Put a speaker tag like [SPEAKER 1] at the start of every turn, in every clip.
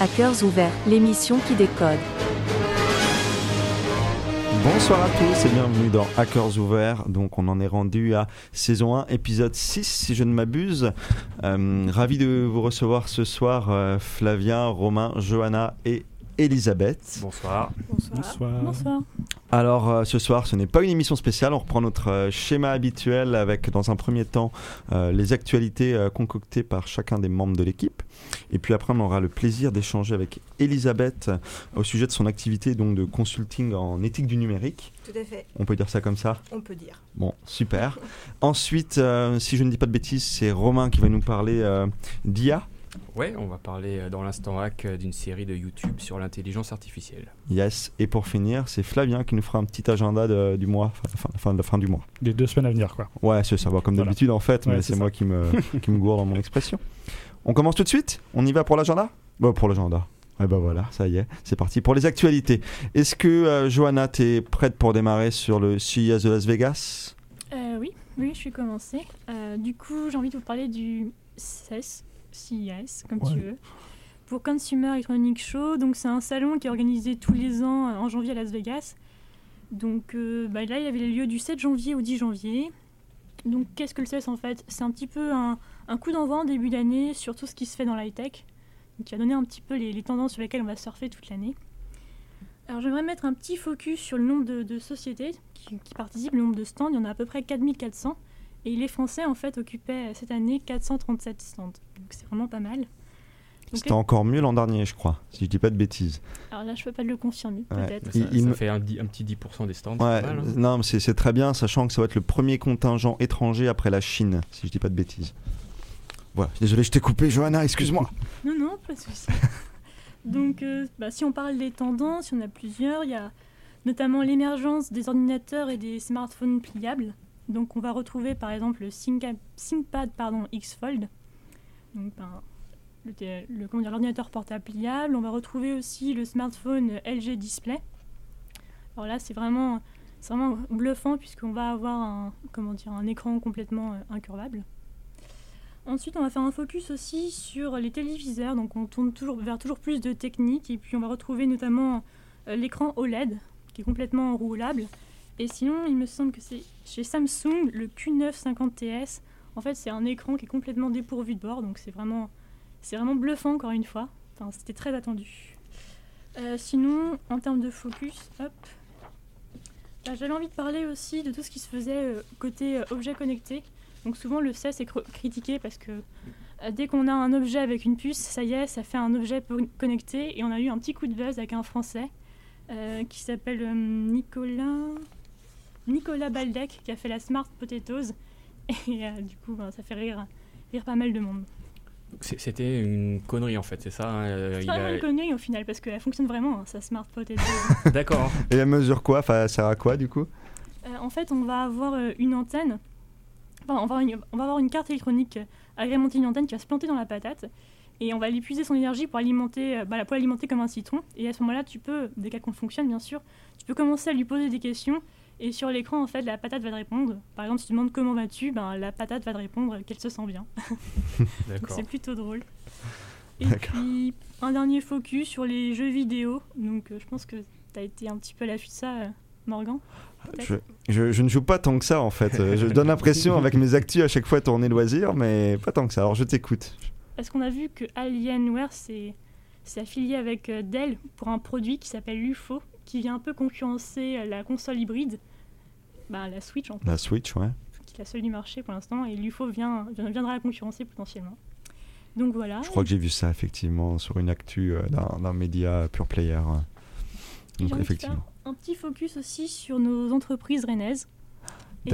[SPEAKER 1] À cœurs ouverts, l'émission qui décode.
[SPEAKER 2] Bonsoir à tous et bienvenue dans Hackers Ouverts. Donc on en est rendu à saison 1, épisode 6 si je ne m'abuse. Ravi de vous recevoir ce soir, Flavien, Romain, Johanna et Elisabeth.
[SPEAKER 3] Bonsoir.
[SPEAKER 4] Bonsoir.
[SPEAKER 2] Alors ce soir ce n'est pas une émission spéciale, on reprend notre schéma habituel avec dans un premier temps les actualités concoctées par chacun des membres de l'équipe. Et puis après on aura le plaisir d'échanger avec Elisabeth au sujet de son activité donc de consulting en éthique du numérique.
[SPEAKER 4] Tout à fait.
[SPEAKER 2] On peut dire ça comme ça ?
[SPEAKER 4] On peut dire.
[SPEAKER 2] Bon, super. Ensuite, si je ne dis pas de bêtises, c'est Romain qui va nous parler d'IA.
[SPEAKER 3] Ouais, on va parler dans l'instant hack d'une série de YouTube sur l'intelligence artificielle.
[SPEAKER 2] Yes. Et pour finir, c'est Flavien qui nous fera un petit agenda du mois, la fin du mois.
[SPEAKER 5] Les 2 semaines à venir, quoi.
[SPEAKER 2] Ouais, ça va comme d'habitude en fait, mais
[SPEAKER 5] Ouais,
[SPEAKER 2] c'est
[SPEAKER 5] ça.
[SPEAKER 2] moi qui me gourde dans mon expression. On commence tout de suite ? On y va pour l'agenda ? Bon, pour l'agenda. Ouais, bah voilà, ça y est, c'est parti pour les actualités. Est-ce que Johanna, t'es prête pour démarrer sur le CES de Las Vegas ?
[SPEAKER 6] Oui, je suis commencée. Du coup, j'ai envie de vous parler du CES, comme tu veux, pour Consumer Electronics Show. Donc, c'est un salon qui est organisé tous les ans en janvier à Las Vegas. Donc, là, il avait lieu du 7 janvier au 10 janvier. Donc, qu'est-ce que le CES en fait ? C'est un petit peu un coup d'envoi en début d'année sur tout ce qui se fait dans l'high-tech. Donc, qui va donner un petit peu les tendances sur lesquelles on va surfer toute l'année. Alors, j'aimerais mettre un petit focus sur le nombre de sociétés qui participent, le nombre de stands. Il y en a à peu près 4400. Et les Français, en fait, occupaient cette année 437 stands. Donc, c'est vraiment pas mal. Donc,
[SPEAKER 2] C'était encore mieux l'an dernier, je crois, si je dis pas de bêtises.
[SPEAKER 6] alors là, je peux pas le confirmer, peut-être.
[SPEAKER 3] Ça fait un petit 10% des stands, c'est
[SPEAKER 2] Ouais,
[SPEAKER 3] pas mal. Hein.
[SPEAKER 2] non, mais c'est très bien, sachant que ça va être le premier contingent étranger après la Chine, si je dis pas de bêtises. Voilà, désolé, je t'ai coupé, Johanna, excuse-moi.
[SPEAKER 6] Non, pas de souci. Donc, si on parle des tendances, il y en a plusieurs. Il y a notamment l'émergence des ordinateurs et des smartphones pliables. Donc, on va retrouver par exemple le ThinkPad X Fold, donc, l'ordinateur portable pliable. On va retrouver aussi le smartphone LG Display. Alors là, c'est vraiment bluffant puisqu'on va avoir un écran complètement incurvable. Ensuite, on va faire un focus aussi sur les téléviseurs. Donc, on tourne vers toujours plus de techniques. Et puis, on va retrouver notamment l'écran OLED qui est complètement roulable. Et sinon, il me semble que c'est chez Samsung, le Q950TS. En fait, c'est un écran qui est complètement dépourvu de bord. Donc, c'est vraiment bluffant, encore une fois. Enfin, c'était très attendu. Sinon, en termes de focus, j'avais envie de parler aussi de tout ce qui se faisait côté objets connectés. Donc, souvent, le CES est critiqué parce que dès qu'on a un objet avec une puce, ça y est, ça fait un objet connecté. Et on a eu un petit coup de buzz avec un Français qui s'appelle Nicolas Baldec, qui a fait la Smart Potatoes. Et du coup, ça fait rire pas mal de monde.
[SPEAKER 3] C'était une connerie en fait, c'est ça
[SPEAKER 6] C'est pas vraiment une connerie au final, parce qu'elle fonctionne vraiment, sa Smart Potatoes.
[SPEAKER 3] D'accord.
[SPEAKER 2] Et elle mesure quoi ? Enfin, elle sert à quoi du coup ?
[SPEAKER 6] En fait, on va avoir une antenne. Enfin, on va avoir une carte électronique agrémentée d'une antenne qui va se planter dans la patate. Et on va lui puiser son énergie pour l'alimenter comme un citron. Et à ce moment-là, dès qu'elle fonctionne bien sûr, tu peux commencer à lui poser des questions. Et sur l'écran, en fait, la patate va te répondre. Par exemple, si tu demandes comment vas-tu, la patate va te répondre qu'elle se sent bien. Donc c'est plutôt drôle. Et puis, un dernier focus sur les jeux vidéo. Donc je pense que tu as été un petit peu à l'affût de ça, Morgan.
[SPEAKER 2] Je ne joue pas tant que ça en fait. Je donne l'impression avec mes actus à chaque fois tourner loisir, mais pas tant que ça. Alors je t'écoute.
[SPEAKER 6] Parce qu'on a vu que Alienware s'est affilié avec Dell pour un produit qui s'appelle l'UFO, qui vient un peu concurrencer la console hybride, la Switch en fait.
[SPEAKER 2] La Switch, ouais.
[SPEAKER 6] Qui est la seule du marché pour l'instant, et l'UFO viendra la concurrencer potentiellement. Donc voilà.
[SPEAKER 2] Je crois que j'ai vu ça effectivement sur une actu d'un média pure player. Donc effectivement.
[SPEAKER 6] Un petit focus aussi sur nos entreprises rennaises.
[SPEAKER 2] Deltador ?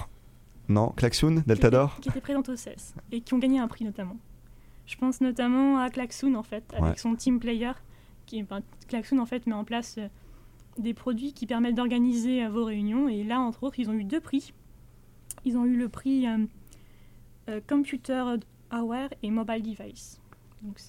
[SPEAKER 2] Non, Klaxoon, Deltador ?
[SPEAKER 6] Qui étaient présentes au CES et qui ont gagné un prix notamment. Je pense notamment à Klaxoon en fait, avec son Team Player. Klaxoon en fait met en place des produits qui permettent d'organiser vos réunions. Et là, entre autres, ils ont eu 2 prix. Ils ont eu le prix Computer Aware et Mobile Device. Donc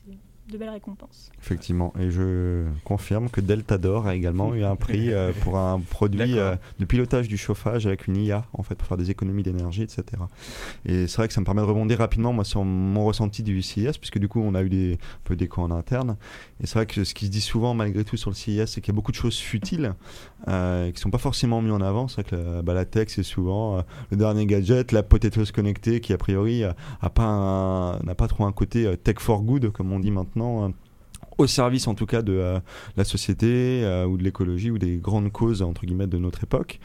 [SPEAKER 6] de belles récompenses.
[SPEAKER 2] Effectivement, et je confirme que Deltador a également eu un prix pour un produit de pilotage du chauffage avec une IA, en fait, pour faire des économies d'énergie, etc. Et c'est vrai que ça me permet de rebondir rapidement, moi, sur mon ressenti du CES, puisque du coup, on a eu un peu d'écho en interne. Et c'est vrai que ce qui se dit souvent, malgré tout, sur le CES, c'est qu'il y a beaucoup de choses futiles qui ne sont pas forcément mises en avant. C'est vrai que la tech, c'est souvent le dernier gadget, la potatoes connectée, qui a priori n'a pas trop un côté tech for good, comme on dit maintenant, au service en tout cas de la société ou de l'écologie ou des grandes causes entre guillemets de notre époque.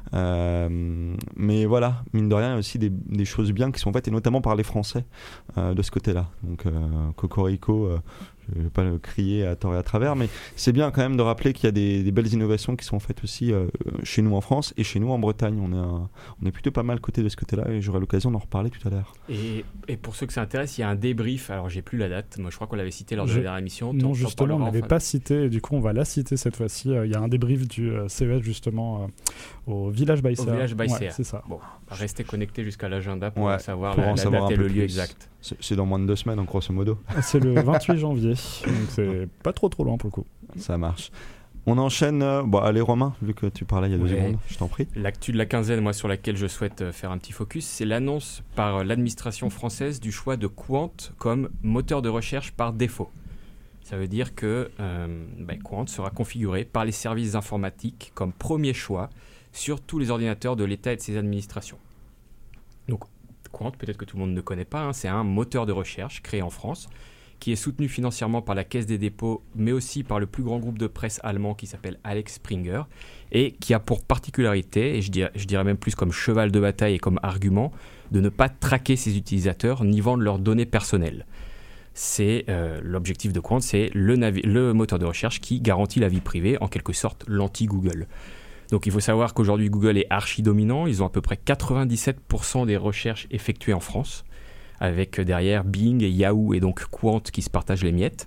[SPEAKER 2] Mais voilà, mine de rien, il y a aussi des choses bien qui sont faites, et notamment par les Français de ce côté-là. Donc Cocorico, je ne vais pas le crier à tort et à travers, mais c'est bien quand même de rappeler qu'il y a des belles innovations qui sont faites aussi chez nous en France et chez nous en Bretagne. On est plutôt pas mal côté de ce côté-là, et j'aurai l'occasion d'en reparler tout à l'heure.
[SPEAKER 3] Et pour ceux que ça intéresse, il y a un débrief. Alors j'ai plus la date, moi je crois qu'on l'avait cité lors de la dernière émission.
[SPEAKER 4] Non, justement, on ne l'avait pas cité, et du coup on va la citer cette fois-ci. Il y a un débrief du CES justement au Village Baïséa.
[SPEAKER 3] Au Village Baïséa.
[SPEAKER 4] Ouais, c'est ça.
[SPEAKER 3] Bon, restez connectés jusqu'à l'agenda pour savoir
[SPEAKER 2] pour
[SPEAKER 3] la date et le lieu exact.
[SPEAKER 2] C'est dans moins de 2 semaines, en grosso modo.
[SPEAKER 4] C'est le 28 janvier, donc c'est pas trop loin pour le coup.
[SPEAKER 2] Ça marche. On enchaîne. Allez Romain, vu que tu parlais il y a 2 secondes, je t'en prie.
[SPEAKER 3] L'actu de la quinzaine, moi, sur laquelle je souhaite faire un petit focus, c'est l'annonce par l'administration française du choix de Qwant comme moteur de recherche par défaut. Ça veut dire que Qwant sera configuré par les services informatiques comme premier choix sur tous les ordinateurs de l'État et de ses administrations. Donc, Qwant, peut-être que tout le monde ne connaît pas, c'est un moteur de recherche créé en France qui est soutenu financièrement par la Caisse des dépôts, mais aussi par le plus grand groupe de presse allemand qui s'appelle Alex Springer, et qui a pour particularité, et je dirais même plus comme cheval de bataille et comme argument, de ne pas traquer ses utilisateurs ni vendre leurs données personnelles. C'est l'objectif de Qwant, c'est le moteur de recherche qui garantit la vie privée, en quelque sorte l'anti-Google. Donc il faut savoir qu'aujourd'hui Google est archi-dominant, ils ont à peu près 97% des recherches effectuées en France, avec derrière Bing et Yahoo et donc Qwant qui se partagent les miettes.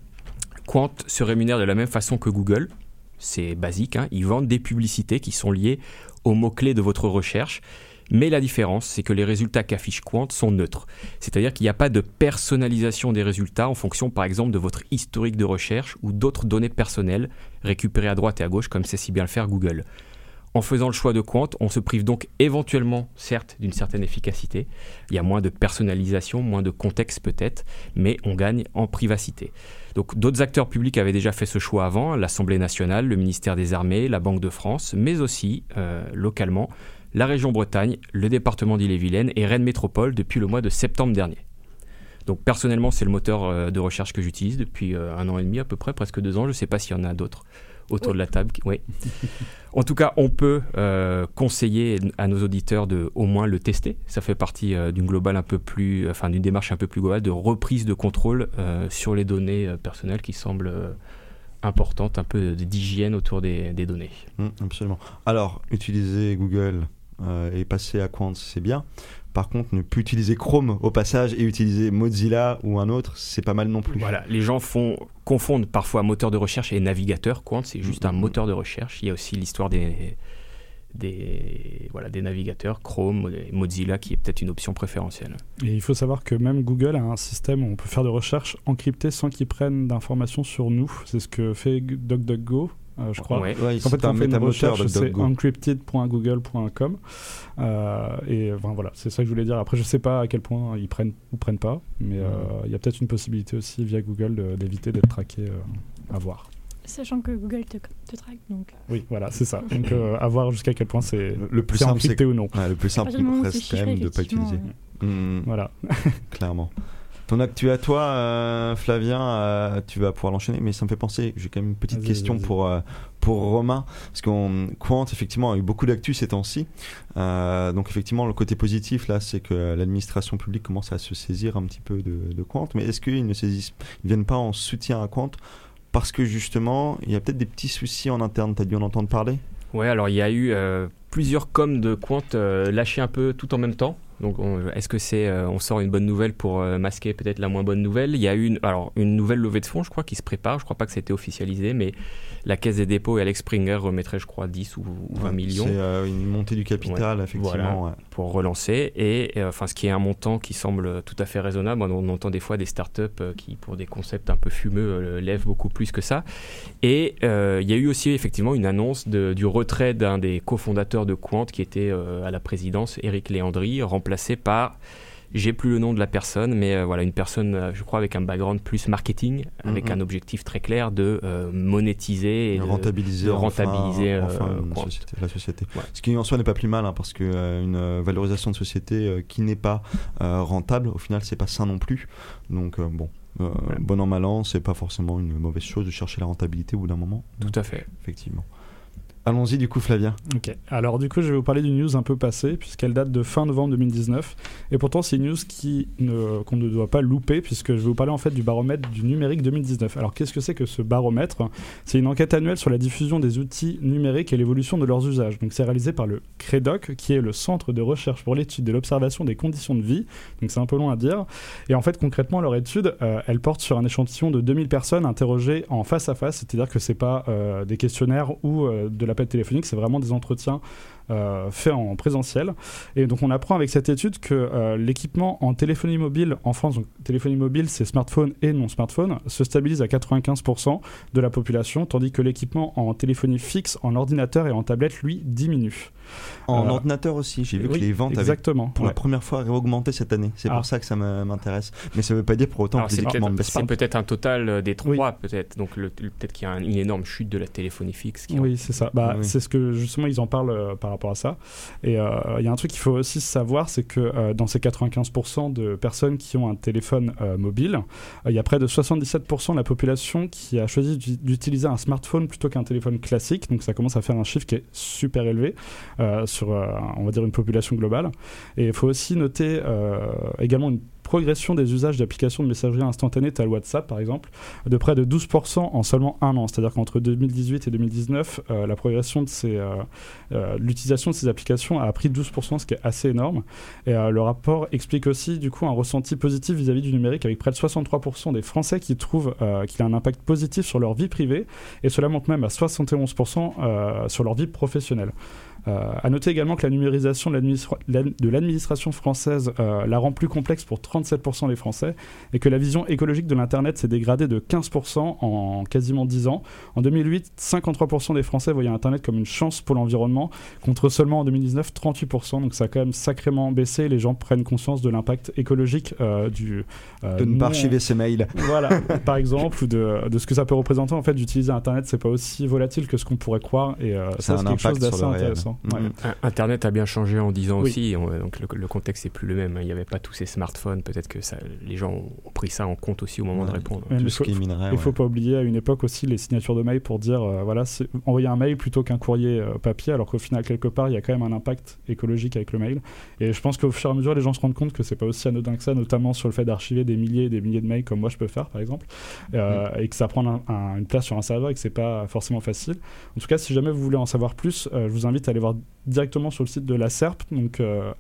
[SPEAKER 3] Qwant se rémunère de la même façon que Google, c'est basique, ils vendent des publicités qui sont liées aux mots-clés de votre recherche, mais la différence c'est que les résultats qu'affiche Qwant sont neutres, c'est-à-dire qu'il n'y a pas de personnalisation des résultats en fonction par exemple de votre historique de recherche ou d'autres données personnelles récupérées à droite et à gauche comme sait si bien le faire Google. En faisant le choix de Qwant, on se prive donc éventuellement, certes, d'une certaine efficacité. Il y a moins de personnalisation, moins de contexte peut-être, mais on gagne en privacité. Donc d'autres acteurs publics avaient déjà fait ce choix avant, l'Assemblée nationale, le ministère des Armées, la Banque de France, mais aussi, localement, la région Bretagne, le département d'Ille-et-Vilaine et Rennes Métropole depuis le mois de septembre dernier. Donc personnellement, c'est le moteur de recherche que j'utilise depuis 1 an et demi à peu près, presque 2 ans. Je ne sais pas s'il y en a d'autres autour de la table. Oui. En tout cas, on peut conseiller à nos auditeurs de au moins le tester. Ça fait partie d'une démarche un peu plus globale de reprise de contrôle sur les données personnelles qui semblent importantes, un peu d'hygiène autour des données.
[SPEAKER 2] Absolument. Alors, utiliser Google et passer à Qwant, c'est bien. Par contre, ne plus utiliser Chrome au passage et utiliser Mozilla ou un autre, c'est pas mal non plus.
[SPEAKER 3] Voilà, les gens confondent parfois moteur de recherche et navigateur. Qwant, c'est juste un moteur de recherche. Il y a aussi l'histoire des navigateurs, Chrome, Mozilla, qui est peut-être une option préférentielle.
[SPEAKER 4] Et il faut savoir que même Google a un système où on peut faire des recherches encryptées sans qu'ils prennent d'informations sur nous. C'est ce que fait DuckDuckGo. Je crois.
[SPEAKER 2] Ouais,
[SPEAKER 4] en fait, quand on fait une recherche, c'est encrypted.google.com. Et voilà, c'est ça que je voulais dire. Après, je ne sais pas à quel point ils prennent ou prennent pas, mais il y a peut-être une possibilité aussi via Google d'éviter d'être traqué à voir.
[SPEAKER 6] Sachant que Google te traque, donc...
[SPEAKER 4] Oui, voilà, c'est ça. Donc, à voir jusqu'à quel point c'est
[SPEAKER 2] plus simple,
[SPEAKER 4] encrypté ou non.
[SPEAKER 2] Le plus simple, reste quand même de ne pas utiliser.
[SPEAKER 4] Voilà.
[SPEAKER 2] Clairement. Ton actu à toi, Flavien, tu vas pouvoir l'enchaîner, mais ça me fait penser, j'ai quand même une petite question pour Romain, parce qu'on Qwant effectivement a eu beaucoup d'actu ces temps-ci, donc effectivement le côté positif là, c'est que l'administration publique commence à se saisir un petit peu de Qwant, mais est-ce qu'ils ne viennent pas en soutien à Qwant parce que justement il y a peut-être des petits soucis en interne, t'as dû en entendre parler?
[SPEAKER 3] Ouais, alors il y a eu plusieurs coms de Qwant lâchés un peu tout en même temps. Donc est-ce que on sort une bonne nouvelle pour masquer peut-être la moins bonne nouvelle? Il y a eu une nouvelle levée de fonds, je crois, qui se prépare. Je crois pas que ça a été officialisé, mais la Caisse des dépôts et Alex Springer remettrait, je crois, 10 ou 20 millions.
[SPEAKER 2] C'est une montée du capital, effectivement.
[SPEAKER 3] Voilà, pour relancer. Et ce qui est un montant qui semble tout à fait raisonnable. On entend des fois des startups qui, pour des concepts un peu fumeux, lèvent beaucoup plus que ça. Et il y a eu aussi effectivement une annonce du retrait d'un des cofondateurs de Quant qui était à la présidence, Eric Léandri, remplacé par... J'ai plus le nom de la personne, mais une personne, je crois, avec un background plus marketing, avec un objectif très clair de monétiser et
[SPEAKER 2] de rentabiliser la société. Ouais. Ce qui en soi n'est pas plus mal, parce qu'une valorisation de société qui n'est pas rentable, au final, c'est pas sain non plus. Donc bon an mal an, c'est pas forcément une mauvaise chose de chercher la rentabilité au bout d'un moment.
[SPEAKER 3] Tout à fait,
[SPEAKER 2] effectivement. Allons-y du coup, Flavien.
[SPEAKER 4] Ok, alors du coup je vais vous parler d'une news un peu passée puisqu'elle date de fin novembre 2019 et pourtant c'est une news qu'on ne doit pas louper puisque je vais vous parler en fait du baromètre du numérique 2019. Alors qu'est-ce que c'est que ce baromètre ? C'est une enquête annuelle sur la diffusion des outils numériques et l'évolution de leurs usages. Donc c'est réalisé par le CREDOC qui est le Centre de recherche pour l'étude et l'observation des conditions de vie, donc c'est un peu long à dire. Et en fait concrètement leur étude elle porte sur un échantillon de 2000 personnes interrogées en face à face, c'est-à-dire que c'est pas des questionnaires ou de l'appel téléphonique, c'est vraiment des entretiens faits en présentiel. Et donc on apprend avec cette étude que l'équipement en téléphonie mobile en France, donc téléphonie mobile c'est smartphone et non smartphone, se stabilise à 95% de la population, tandis que l'équipement en téléphonie fixe, en ordinateur et en tablette, lui, diminue.
[SPEAKER 2] En ordinateur aussi, j'ai vu que les ventes avaient pour la première fois augmenté cette année. C'est pour ça que ça m'intéresse. Mais ça ne veut pas dire pour autant que les équipements ne baissent pas.
[SPEAKER 3] C'est peut-être un total des trois, peut-être. Donc peut-être qu'il y a une énorme chute de la téléphonie fixe.
[SPEAKER 4] Oui, c'est ça. C'est ce que justement ils en parlent par rapport à ça. Et il y a un truc qu'il faut aussi savoir, c'est que dans ces 95% de personnes qui ont un téléphone mobile, il y a près de 77% de la population qui a choisi d'utiliser un smartphone plutôt qu'un téléphone classique. Donc ça commence à faire un chiffre qui est super élevé sur, on va dire, une population globale. Et il faut aussi noter également une progression des usages d'applications de messagerie instantanée telle WhatsApp par exemple de près de 12% en seulement un an, c'est-à-dire qu'entre 2018 et 2019 la progression de l'utilisation de ces applications a pris 12%, ce qui est assez énorme. Et le rapport explique aussi du coup un ressenti positif vis-à-vis du numérique avec près de 63% des Français qui trouvent qu'il a un impact positif sur leur vie privée et cela monte même à 71% sur leur vie professionnelle. À noter également que la numérisation de l'administration française la rend plus complexe pour 37% des Français et que la vision écologique de l'Internet s'est dégradée de 15% en quasiment 10 ans. En 2008, 53% des Français voyaient Internet comme une chance pour l'environnement, contre seulement en 2019 38%. Donc ça a quand même sacrément baissé. Les gens prennent conscience de l'impact écologique de
[SPEAKER 2] ne pas archiver ses mails.
[SPEAKER 4] Voilà, par exemple, ou de ce que ça peut représenter en fait d'utiliser Internet. C'est pas aussi volatile que ce qu'on pourrait croire et ça c'est quelque chose d'assez intéressant. Ouais.
[SPEAKER 3] Internet a bien changé en 10 ans aussi, donc le contexte n'est plus le même. Il n'y avait pas tous ces smartphones, peut-être que les gens ont pris ça en compte aussi au moment de répondre.
[SPEAKER 4] Il ne faut pas oublier à une époque aussi les signatures de mail pour dire envoyer un mail plutôt qu'un courrier papier, alors qu'au final quelque part il y a quand même un impact écologique avec le mail. Et je pense qu'au fur et à mesure les gens se rendent compte que c'est pas aussi anodin que ça, notamment sur le fait d'archiver des milliers et des milliers de mails comme moi je peux faire par exemple, et que ça prend une place sur un serveur et que c'est pas forcément facile. En tout cas, si jamais vous voulez en savoir plus, je vous invite à aller voir directement sur le site de la CERP, donc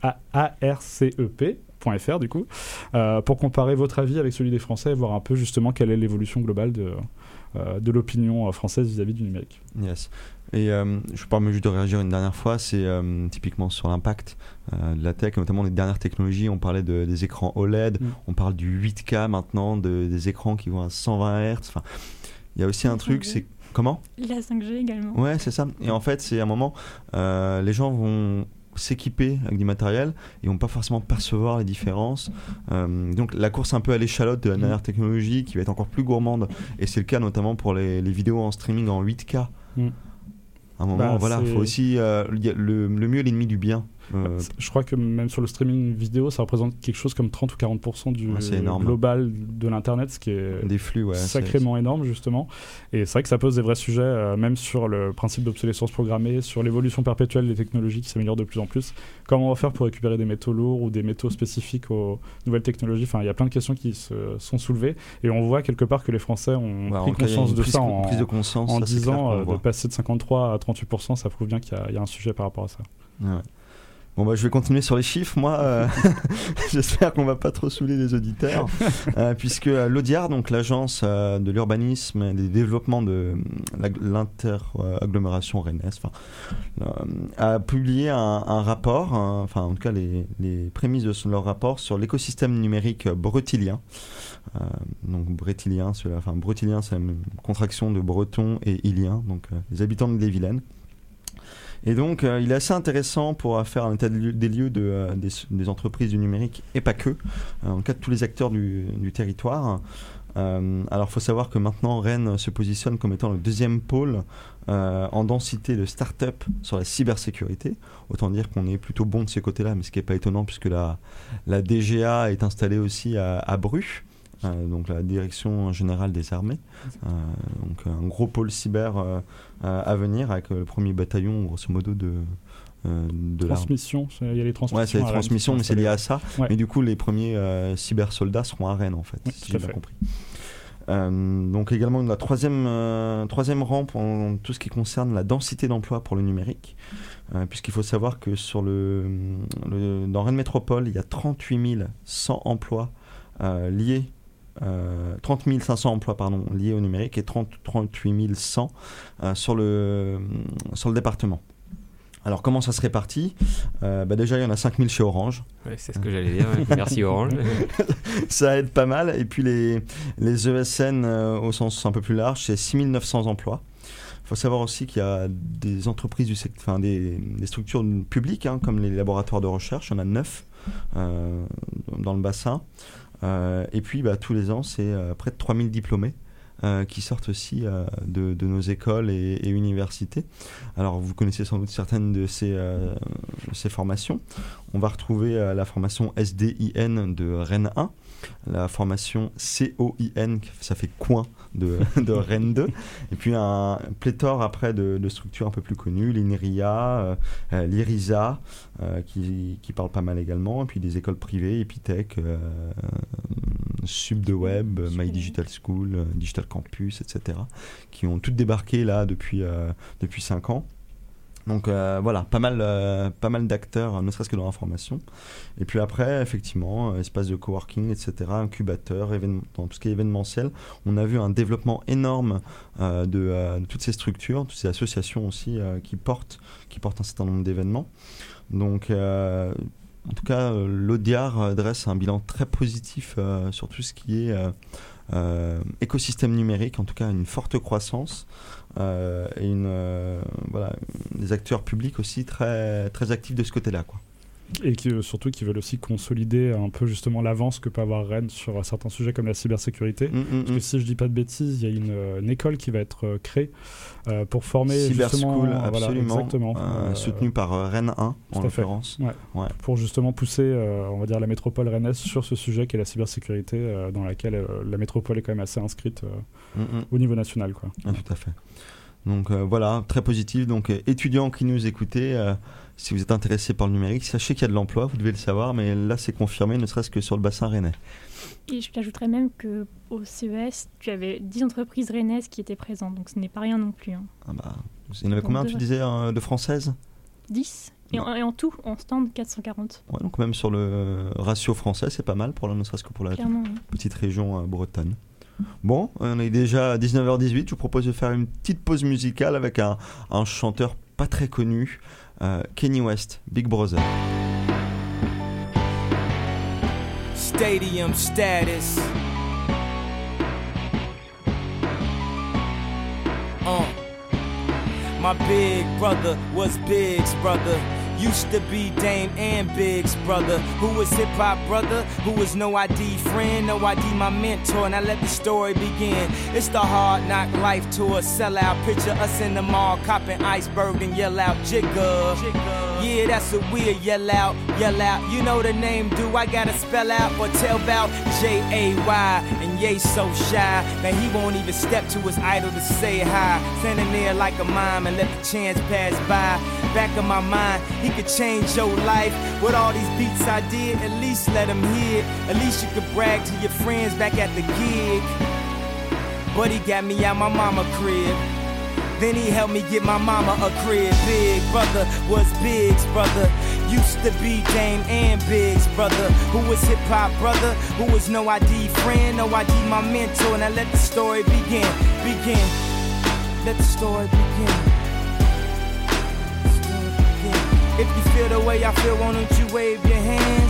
[SPEAKER 4] arcep.fr du coup, pour comparer votre avis avec celui des Français et voir un peu justement quelle est l'évolution globale de l'opinion française vis-à-vis du numérique.
[SPEAKER 2] Yes. Et je permets juste de réagir une dernière fois, c'est typiquement sur l'impact de la tech, notamment des dernières technologies. On parlait des écrans OLED, on parle du 8K maintenant, des écrans qui vont à 120 Hz. Enfin, il y a aussi un truc, c'est comment ?
[SPEAKER 6] La 5G également.
[SPEAKER 2] Ouais, c'est ça. Et en fait, c'est à un moment, les gens vont s'équiper avec du matériel et vont pas forcément percevoir les différences. Donc la course un peu à l'échalote de la dernière technologie qui va être encore plus gourmande, et c'est le cas notamment pour les vidéos en streaming en 8K. À un moment, il faut aussi le mieux est l'ennemi du bien.
[SPEAKER 4] Je crois que même sur le streaming vidéo, ça représente quelque chose comme 30 ou 40% du global de l'internet, ce qui est
[SPEAKER 2] des flux,
[SPEAKER 4] sacrément énorme justement. Et c'est vrai que ça pose des vrais sujets, même sur le principe d'obsolescence programmée, sur l'évolution perpétuelle des technologies qui s'améliorent de plus en plus. Comment on va faire pour récupérer des métaux lourds ou des métaux spécifiques aux nouvelles technologies. Enfin, il y a plein de questions qui se sont soulevées et on voit quelque part que les Français ont pris conscience de ça en 10 ans, de passer de 53 à 38%. Ça prouve bien qu'il y a un sujet par rapport à ça.
[SPEAKER 2] Ouais. Bon, je vais continuer sur les chiffres, moi. J'espère qu'on va pas trop saouler les auditeurs. Puisque l'Audiard, donc l'agence de l'urbanisme et des développements de l'interagglomération rennaise, a publié un rapport, en tout cas les prémices de leur rapport sur l'écosystème numérique bretilien. Donc bretilien, bretilien, c'est une contraction de breton et ilien, donc les habitants de l'Ille-et-Vilaine. Et donc, il est assez intéressant pour faire un état des lieux des entreprises du numérique et pas que, en cas de tous les acteurs du territoire. Alors, il faut savoir que maintenant, Rennes se positionne comme étant le deuxième pôle en densité de start-up sur la cybersécurité. Autant dire qu'on est plutôt bon de ces côtés-là, mais ce qui n'est pas étonnant puisque la DGA est installée aussi à Bru. Donc la direction générale des armées, donc un gros pôle cyber à venir avec le premier bataillon grosso modo de
[SPEAKER 4] transmission. Il y a les transmissions.
[SPEAKER 2] Ouais, c'est les transmissions, mais c'est lié à ça. Ouais. Mais du coup, les premiers cyber soldats seront à Rennes en fait, si j'ai bien compris. Donc également la troisième rang pour tout ce qui concerne la densité d'emploi pour le numérique, puisqu'il faut savoir que dans Rennes Métropole, il y a 38 100 emplois liés. 30 500 emplois liés au numérique et 38 100 sur le département. Alors comment ça se répartit ? Déjà il y en a 5 000 chez Orange.
[SPEAKER 3] Ouais, c'est ce que j'allais dire, merci Orange.
[SPEAKER 2] Ça aide pas mal. Et puis les ESN au sens un peu plus large, c'est 6 900 emplois. Il faut savoir aussi qu'il y a des entreprises du secteur, des structures publiques comme les laboratoires de recherche, il y en a 9 dans le bassin. Et puis tous les ans, c'est près de 3000 diplômés qui sortent aussi de nos écoles et universités. Alors vous connaissez sans doute certaines de ces formations. On va retrouver la formation SDIN de Rennes 1, la formation COIN, ça fait coin de Rennes 2, et puis un pléthore après de structures un peu plus connues, l'INRIA, l'IRISA, qui parle pas mal également, et puis des écoles privées, Epitech, Subdeweb, My Digital School, Digital Campus, etc., qui ont toutes débarqué là depuis 5 ans. Donc pas mal d'acteurs, ne serait-ce que dans l'information. Et puis après, effectivement, espace de coworking, etc., incubateur, dans tout ce qui est événementiel. On a vu un développement énorme de toutes ces structures, toutes ces associations aussi qui portent un certain nombre d'événements. Donc en tout cas, l'Audiard dresse un bilan très positif sur tout ce qui est écosystème numérique, en tout cas une forte croissance et des acteurs publics aussi très, très actifs de ce côté-là, quoi.
[SPEAKER 4] Et surtout qui veulent aussi consolider un peu justement l'avance que peut avoir Rennes sur certains sujets comme la cybersécurité. Parce que si je dis pas de bêtises, il y a une école qui va être créée pour former
[SPEAKER 2] Cyber
[SPEAKER 4] justement...
[SPEAKER 2] School, absolument, soutenue par Rennes 1 en l'occurrence.
[SPEAKER 4] Ouais. Pour justement pousser on va dire la métropole rennaise sur ce sujet qui est la cybersécurité, dans laquelle la métropole est quand même assez inscrite au niveau national, quoi.
[SPEAKER 2] Tout à fait. Donc très positif. Donc étudiants qui nous écoutez, si vous êtes intéressés par le numérique, sachez qu'il y a de l'emploi, vous devez le savoir, mais là c'est confirmé, ne serait-ce que sur le bassin rennais.
[SPEAKER 6] Et je t'ajouterais même qu'au CES, tu avais 10 entreprises rennaises qui étaient présentes, donc ce n'est pas rien non plus.
[SPEAKER 2] Il y en avait combien, tu disais, de françaises ?
[SPEAKER 6] 10, et en tout, en stand, 440.
[SPEAKER 2] Ouais, donc même sur le ratio français, c'est pas mal, ne serait-ce que pour la petite région bretonne. Bon, on est déjà à 19h18, je vous propose de faire une petite pause musicale avec un chanteur pas très connu, Kanye West, Big Brother.
[SPEAKER 5] Stadium status. My big brother was Big's brother. Used to be Dame and Big's brother, who was hip-hop brother, who was no ID friend, no ID my mentor. Now let the story begin. It's the hard knock life tour, sell out. Picture us in the mall, copping iceberg and yell out, Jigga. Yeah, that's what we'll yell out, yell out. You know the name, do I gotta spell out or tell about J-A-Y? And Ye so shy, now he won't even step to his idol to say hi. Standing there like a mime and let the chance pass by. Back of my mind, he could change your life. With all these beats I did, at least let him hear it. At least you could brag to your friends back at the gig. But he got me out my mama crib. Then he helped me get my mama a crib. Big brother was Big's brother. Used to be Dame and Big's brother. Who was hip-hop brother, who was No ID friend, No ID my mentor. Now let the story begin. Let the story begin. If you feel the way I feel, why don't you wave your hands?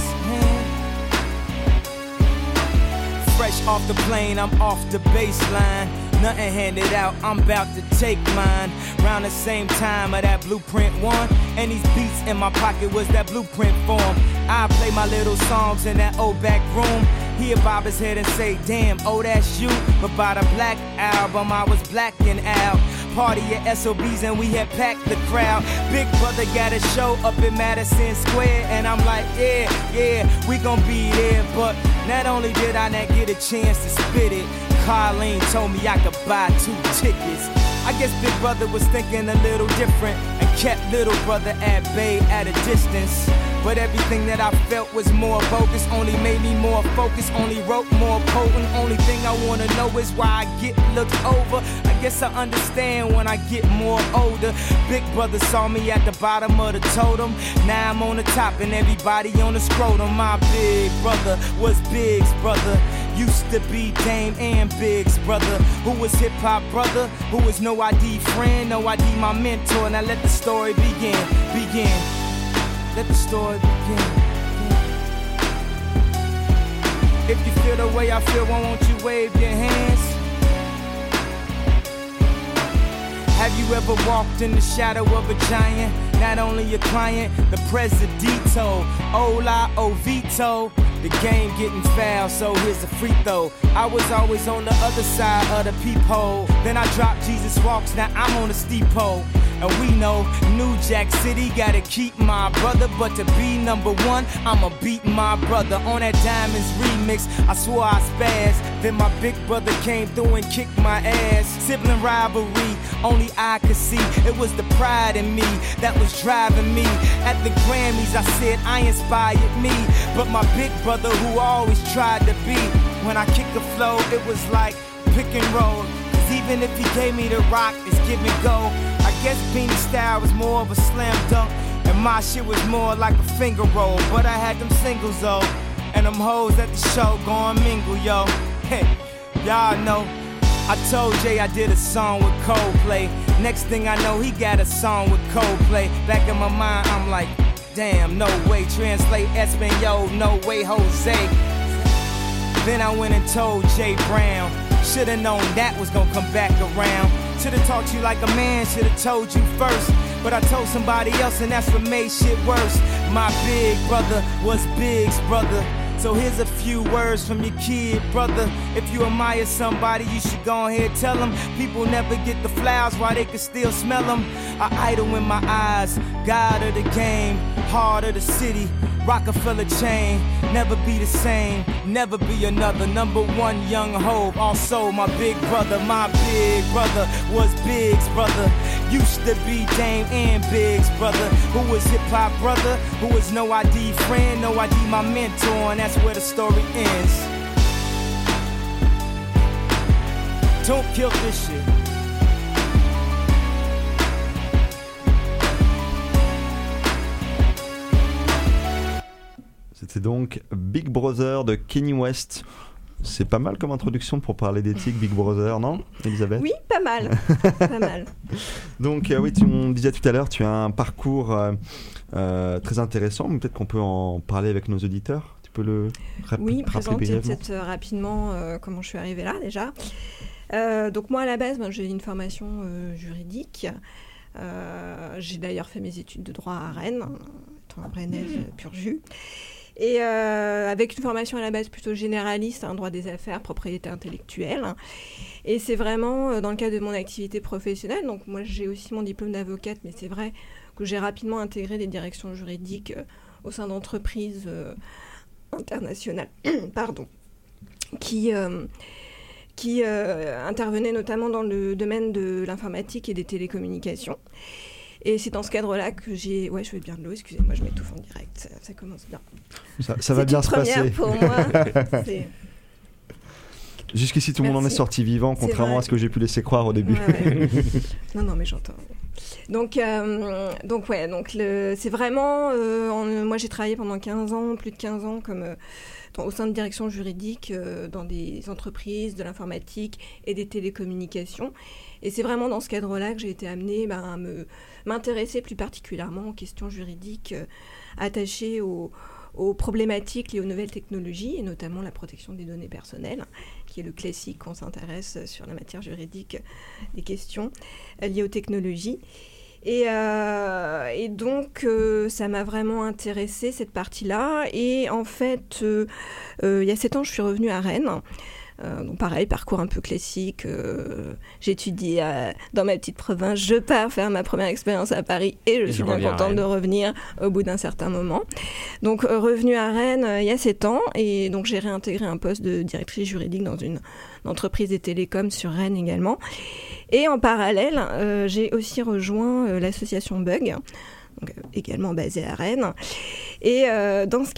[SPEAKER 5] Fresh off the plane, I'm off the baseline. Nothing handed out, I'm about to take mine. Round the same time of that Blueprint 1. And these beats in my pocket was that Blueprint form. I play my little songs in that old back room. He'll bob his head and say, damn, oh that's you. But by the Black Album, I was blacking out. Party at SOBs and we had packed the crowd. Big brother got a show up in Madison Square. And I'm like, yeah, we gon' be there. But not only did I not get a chance to spit it, Carlene told me I could buy 2 tickets. I guess Big Brother was thinking a little different and kept Little Brother at bay at a distance. But everything that I felt was more bogus, only made me more focused, only wrote more potent. Only thing I wanna know is why I get looked over. I guess I understand when I get more older. Big Brother saw me at the bottom of the totem. Now I'm on the top and everybody on the scrotum. My big brother was Big's brother. Used to be Dame and Big's brother. Who was hip-hop brother, who was No ID friend, No ID my mentor. Now let the story begin. Let the story begin. If you feel the way I feel, why won't you wave your hands? Have you ever walked in the shadow of a giant? Not only a client, the presidito. Hola, Ovito. The game getting foul, so here's a free throw. I was always on the other side of the peephole. Then I dropped Jesus Walks, now I'm on the steep pole. And we know New Jack City gotta keep my brother. But to be number 1, I'ma beat my brother. On that Diamonds remix, I swore I spazzed. Then my big brother came through and kicked my ass. Sibling rivalry, only I could see. It was the pride in me that was driving me. At the Grammys I said I inspired me. But my big brother who always tried to be. When I kick the flow, it was like pick and roll. Cause even if he gave me the rock, it's give and go. I guess Beanie Style was more of a slam dunk, and my shit was more like a finger roll. But I had them singles though, and them hoes at the show gon' mingle, yo. Hey, y'all know, I told Jay I did a song with Coldplay. Next thing I know, he got a song with Coldplay. Back in my mind, I'm like, damn, no way. Translate Espanol, no way, Jose. Then I went and told Jay Brown. Should've known that was gonna come back around. Should've talked to you like a man, should've told you first. But I told somebody else and that's what made shit worse. My big brother was Big's brother. So here's a few words from your kid, brother. If you admire somebody, you should go ahead and tell them. People never get the flowers while they can still smell them. An idol in my eyes, God of the game, heart of the city, Rockefeller chain. Never be the same, never be another. Number 1 young hope, also my big brother. My big brother was Big's brother. Used to be Dame and Big's brother. Who was hip-hop brother, who was No ID friend, No ID my mentor. And that's where the story ends. Don't kill this shit.
[SPEAKER 2] C'était donc Big Brother de Kanye West. C'est pas mal comme introduction pour parler d'éthique, Big Brother, non, Elisabeth ?
[SPEAKER 7] Oui, pas mal. Pas mal.
[SPEAKER 2] Donc, oui, on disait tout à l'heure, tu as un parcours très intéressant, mais peut-être qu'on peut en parler avec nos auditeurs. Tu peux le rappeler
[SPEAKER 7] présenter peut-être rapidement comment je suis arrivée là déjà. Donc moi, à la base, j'ai une formation juridique. J'ai d'ailleurs fait mes études de droit à Rennes, étant rennaise pur jus. Et avec une formation à la base plutôt généraliste, droit des affaires, propriété intellectuelle. Et c'est vraiment dans le cadre de mon activité professionnelle. Donc moi, j'ai aussi mon diplôme d'avocate, mais c'est vrai que j'ai rapidement intégré des directions juridiques au sein d'entreprises internationales qui intervenaient notamment dans le domaine de l'informatique et des télécommunications. Et c'est dans ce cadre-là que j'ai... Ouais, je veux bien de l'eau, excusez-moi, je m'étouffe en direct, ça commence bien.
[SPEAKER 2] Ça va bien se passer.
[SPEAKER 7] C'est une première pour moi.
[SPEAKER 2] Jusqu'ici, tout le monde en est sorti vivant, contrairement à ce que j'ai pu laisser croire au début.
[SPEAKER 7] Ouais. non, mais j'entends. Donc c'est vraiment... moi, j'ai travaillé pendant 15 ans, plus de 15 ans, au sein de direction juridique dans des entreprises de l'informatique et des télécommunications. Et c'est vraiment dans ce cadre-là que j'ai été amenée à m'intéresser plus particulièrement aux questions juridiques attachées aux problématiques liées aux nouvelles technologies, et notamment la protection des données personnelles, qui est le classique quand on s'intéresse sur la matière juridique des questions liées aux technologies. Et donc, ça m'a vraiment intéressée, cette partie-là. Et en fait, il y a 7 ans, je suis revenue à Rennes. Donc pareil, parcours un peu classique. J'étudie dans ma petite province. Je pars faire ma première expérience à Paris et je suis bien contente de revenir au bout d'un certain moment. Donc revenue à Rennes il y a 7 ans et donc j'ai réintégré un poste de directrice juridique dans une entreprise des télécoms sur Rennes également. Et en parallèle, j'ai aussi rejoint l'association Bug, donc, également basée à Rennes. Et dans ce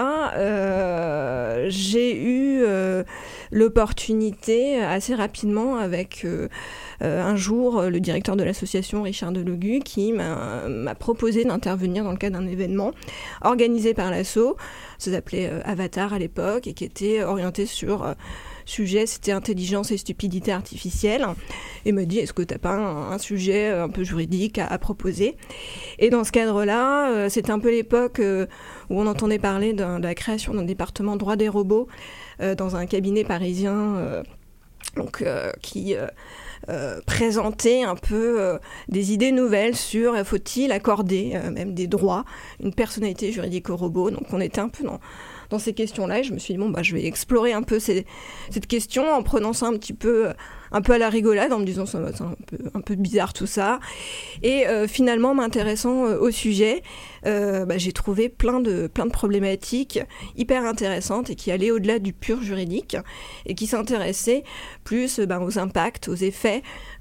[SPEAKER 7] cadre-là, j'ai eu l'opportunité assez rapidement avec un jour le directeur de l'association, Richard Delogu, qui m'a proposé d'intervenir dans le cadre d'un événement organisé par l'asso. Ça s'appelait Avatar à l'époque et qui était orienté sur... sujet, c'était intelligence et stupidité artificielle. Et m'a dit, est-ce que tu n'as pas un sujet un peu juridique à proposer ? Et dans ce cadre-là, c'était un peu l'époque où on entendait parler de la création d'un département droit des robots dans un cabinet parisien qui présentait un peu des idées nouvelles sur faut-il accorder même des droits, une personnalité juridique aux robots. Donc on était un peu dans ces questions-là, et je me suis dit, je vais explorer un peu cette question en prenant ça un peu à la rigolade, en me disant, c'est un peu bizarre tout ça. Et finalement, m'intéressant au sujet, j'ai trouvé plein de problématiques hyper intéressantes et qui allaient au-delà du pur juridique et qui s'intéressaient plus aux impacts, aux effets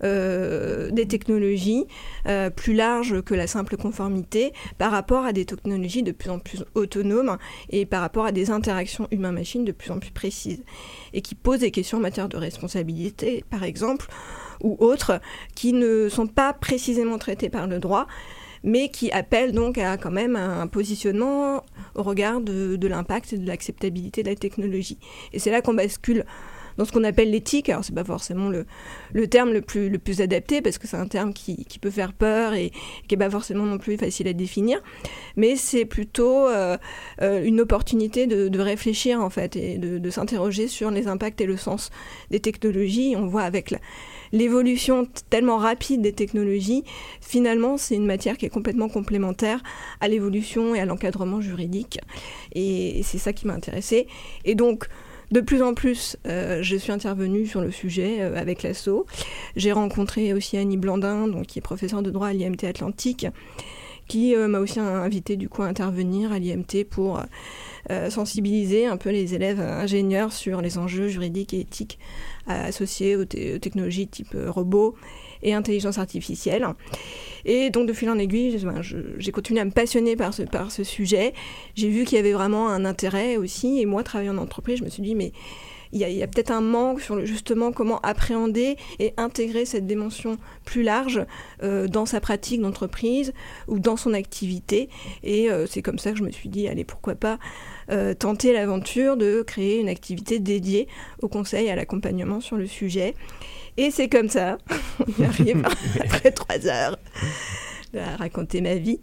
[SPEAKER 7] des technologies plus larges que la simple conformité par rapport à des technologies de plus en plus autonomes et par rapport à des interactions humain-machine de plus en plus précises et qui posent des questions en matière de responsabilité, par exemple, ou autres, qui ne sont pas précisément traitées par le droit, mais qui appellent donc à quand même un positionnement au regard de l'impact et de l'acceptabilité de la technologie. Et c'est là qu'on bascule dans ce qu'on appelle l'éthique. Alors c'est pas forcément le terme le plus adapté, parce que c'est un terme qui peut faire peur et qui est pas forcément non plus facile à définir, mais c'est plutôt une opportunité de réfléchir en fait et de s'interroger sur les impacts et le sens des technologies. On voit avec l'évolution tellement rapide des technologies, finalement c'est une matière qui est complètement complémentaire à l'évolution et à l'encadrement juridique, et c'est ça qui m'a intéressée. Et donc de plus en plus, je suis intervenue sur le sujet avec l'asso. J'ai rencontré aussi Annie Blandin, donc, qui est professeure de droit à l'IMT Atlantique, qui m'a aussi invité du coup à intervenir à l'IMT pour sensibiliser un peu les élèves ingénieurs sur les enjeux juridiques et éthiques associés aux technologies type robot et intelligence artificielle. Et donc de fil en aiguille, j'ai continué à me passionner par ce sujet. J'ai vu qu'il y avait vraiment un intérêt aussi, et moi, travaillant en entreprise, je me suis dit, mais il y a peut-être un manque sur justement comment appréhender et intégrer cette dimension plus large dans sa pratique d'entreprise ou dans son activité. Et c'est comme ça que je me suis dit, allez, pourquoi pas tenter l'aventure de créer une activité dédiée au conseil et à l'accompagnement sur le sujet. Et c'est comme ça, on y arrive après 3 heures à raconter ma vie,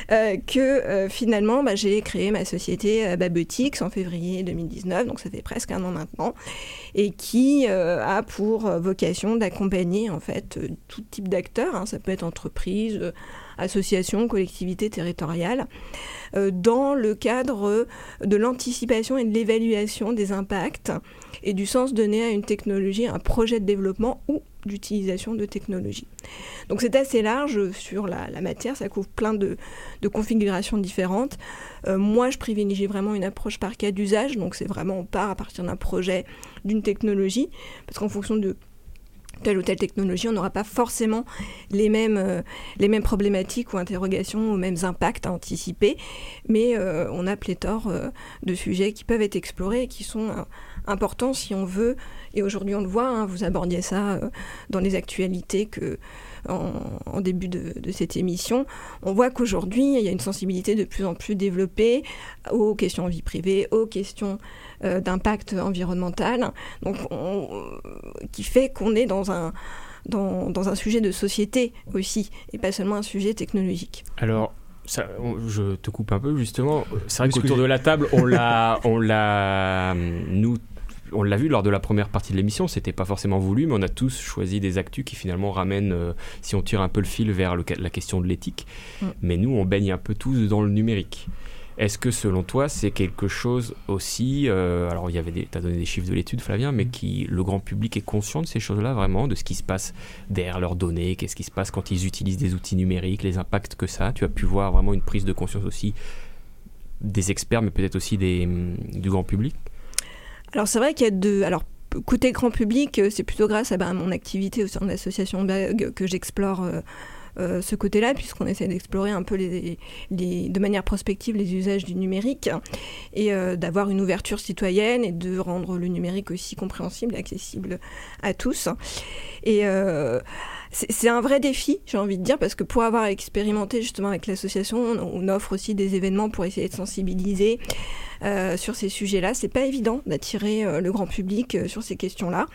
[SPEAKER 7] que finalement j'ai créé ma société Babotix en février 2019, donc ça fait presque 1 an maintenant, et qui a pour vocation d'accompagner en fait tout type d'acteurs, ça peut être entreprise, associations, collectivités territoriales, dans le cadre de l'anticipation et de l'évaluation des impacts et du sens donné à une technologie, un projet de développement ou d'utilisation de technologie. Donc c'est assez large sur la matière, ça couvre plein de configurations différentes. Moi, je privilégie vraiment une approche par cas d'usage, donc c'est vraiment on part à partir d'un projet, d'une technologie, parce qu'en fonction de telle ou telle technologie, on n'aura pas forcément les mêmes problématiques ou interrogations, aux mêmes impacts à anticiper, mais on a pléthore de sujets qui peuvent être explorés et qui sont important si on veut, et aujourd'hui on le voit, vous abordiez ça dans les actualités en début de cette émission, on voit qu'aujourd'hui il y a une sensibilité de plus en plus développée aux questions de vie privée, aux questions d'impact environnemental, donc qui fait qu'on est dans un sujet de société aussi, et pas seulement un sujet technologique.
[SPEAKER 3] Alors, je te coupe un peu justement. C'est vrai qu'autour de la table, on l'a vu lors de la première partie de l'émission. C'était pas forcément voulu, mais on a tous choisi des actus qui finalement ramènent, si on tire un peu le fil, vers la question de l'éthique. Mais nous, on baigne un peu tous dans le numérique. Est-ce que selon toi, c'est quelque chose aussi, alors tu as donné des chiffres de l'étude, Flavien, mais le grand public est conscient de ces choses-là vraiment, de ce qui se passe derrière leurs données, qu'est-ce qui se passe quand ils utilisent des outils numériques, les impacts que ça a. Tu as pu voir vraiment une prise de conscience aussi des experts, mais peut-être aussi du grand public?
[SPEAKER 7] Alors c'est vrai qu'il y a côté grand public, c'est plutôt grâce à mon activité au sein de l'association Bug que j'explore ce côté-là, puisqu'on essaie d'explorer un peu de manière prospective les usages du numérique et d'avoir une ouverture citoyenne et de rendre le numérique aussi compréhensible et accessible à tous. Et c'est un vrai défi, j'ai envie de dire, parce que pour avoir expérimenté justement avec l'association, on offre aussi des événements pour essayer de sensibiliser sur ces sujets-là. C'est pas évident d'attirer le grand public sur ces questions-là.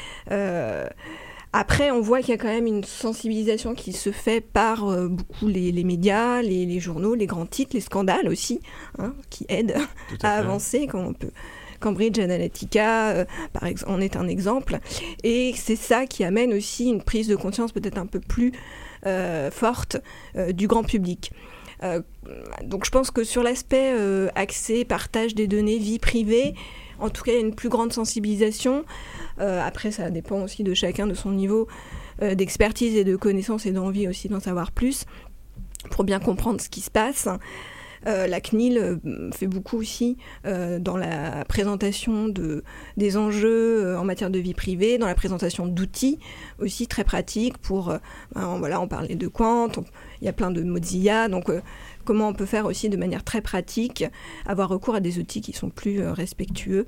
[SPEAKER 7] Après, on voit qu'il y a quand même une sensibilisation qui se fait par beaucoup les médias, les journaux, les grands titres, les scandales aussi, qui aident à avancer, comme on peut. Cambridge Analytica, par exemple, en est un exemple. Et c'est ça qui amène aussi une prise de conscience peut-être un peu plus forte du grand public. Donc je pense que sur l'aspect accès, partage des données, vie privée, en tout cas il y a une plus grande sensibilisation. Après ça dépend aussi de chacun, de son niveau d'expertise et de connaissance et d'envie aussi d'en savoir plus pour bien comprendre ce qui se passe. La CNIL fait beaucoup aussi dans la présentation des enjeux en matière de vie privée, dans la présentation d'outils aussi très pratiques pour, on parlait de Quant, il y a plein de Mozilla, donc comment on peut faire aussi de manière très pratique, avoir recours à des outils qui sont plus respectueux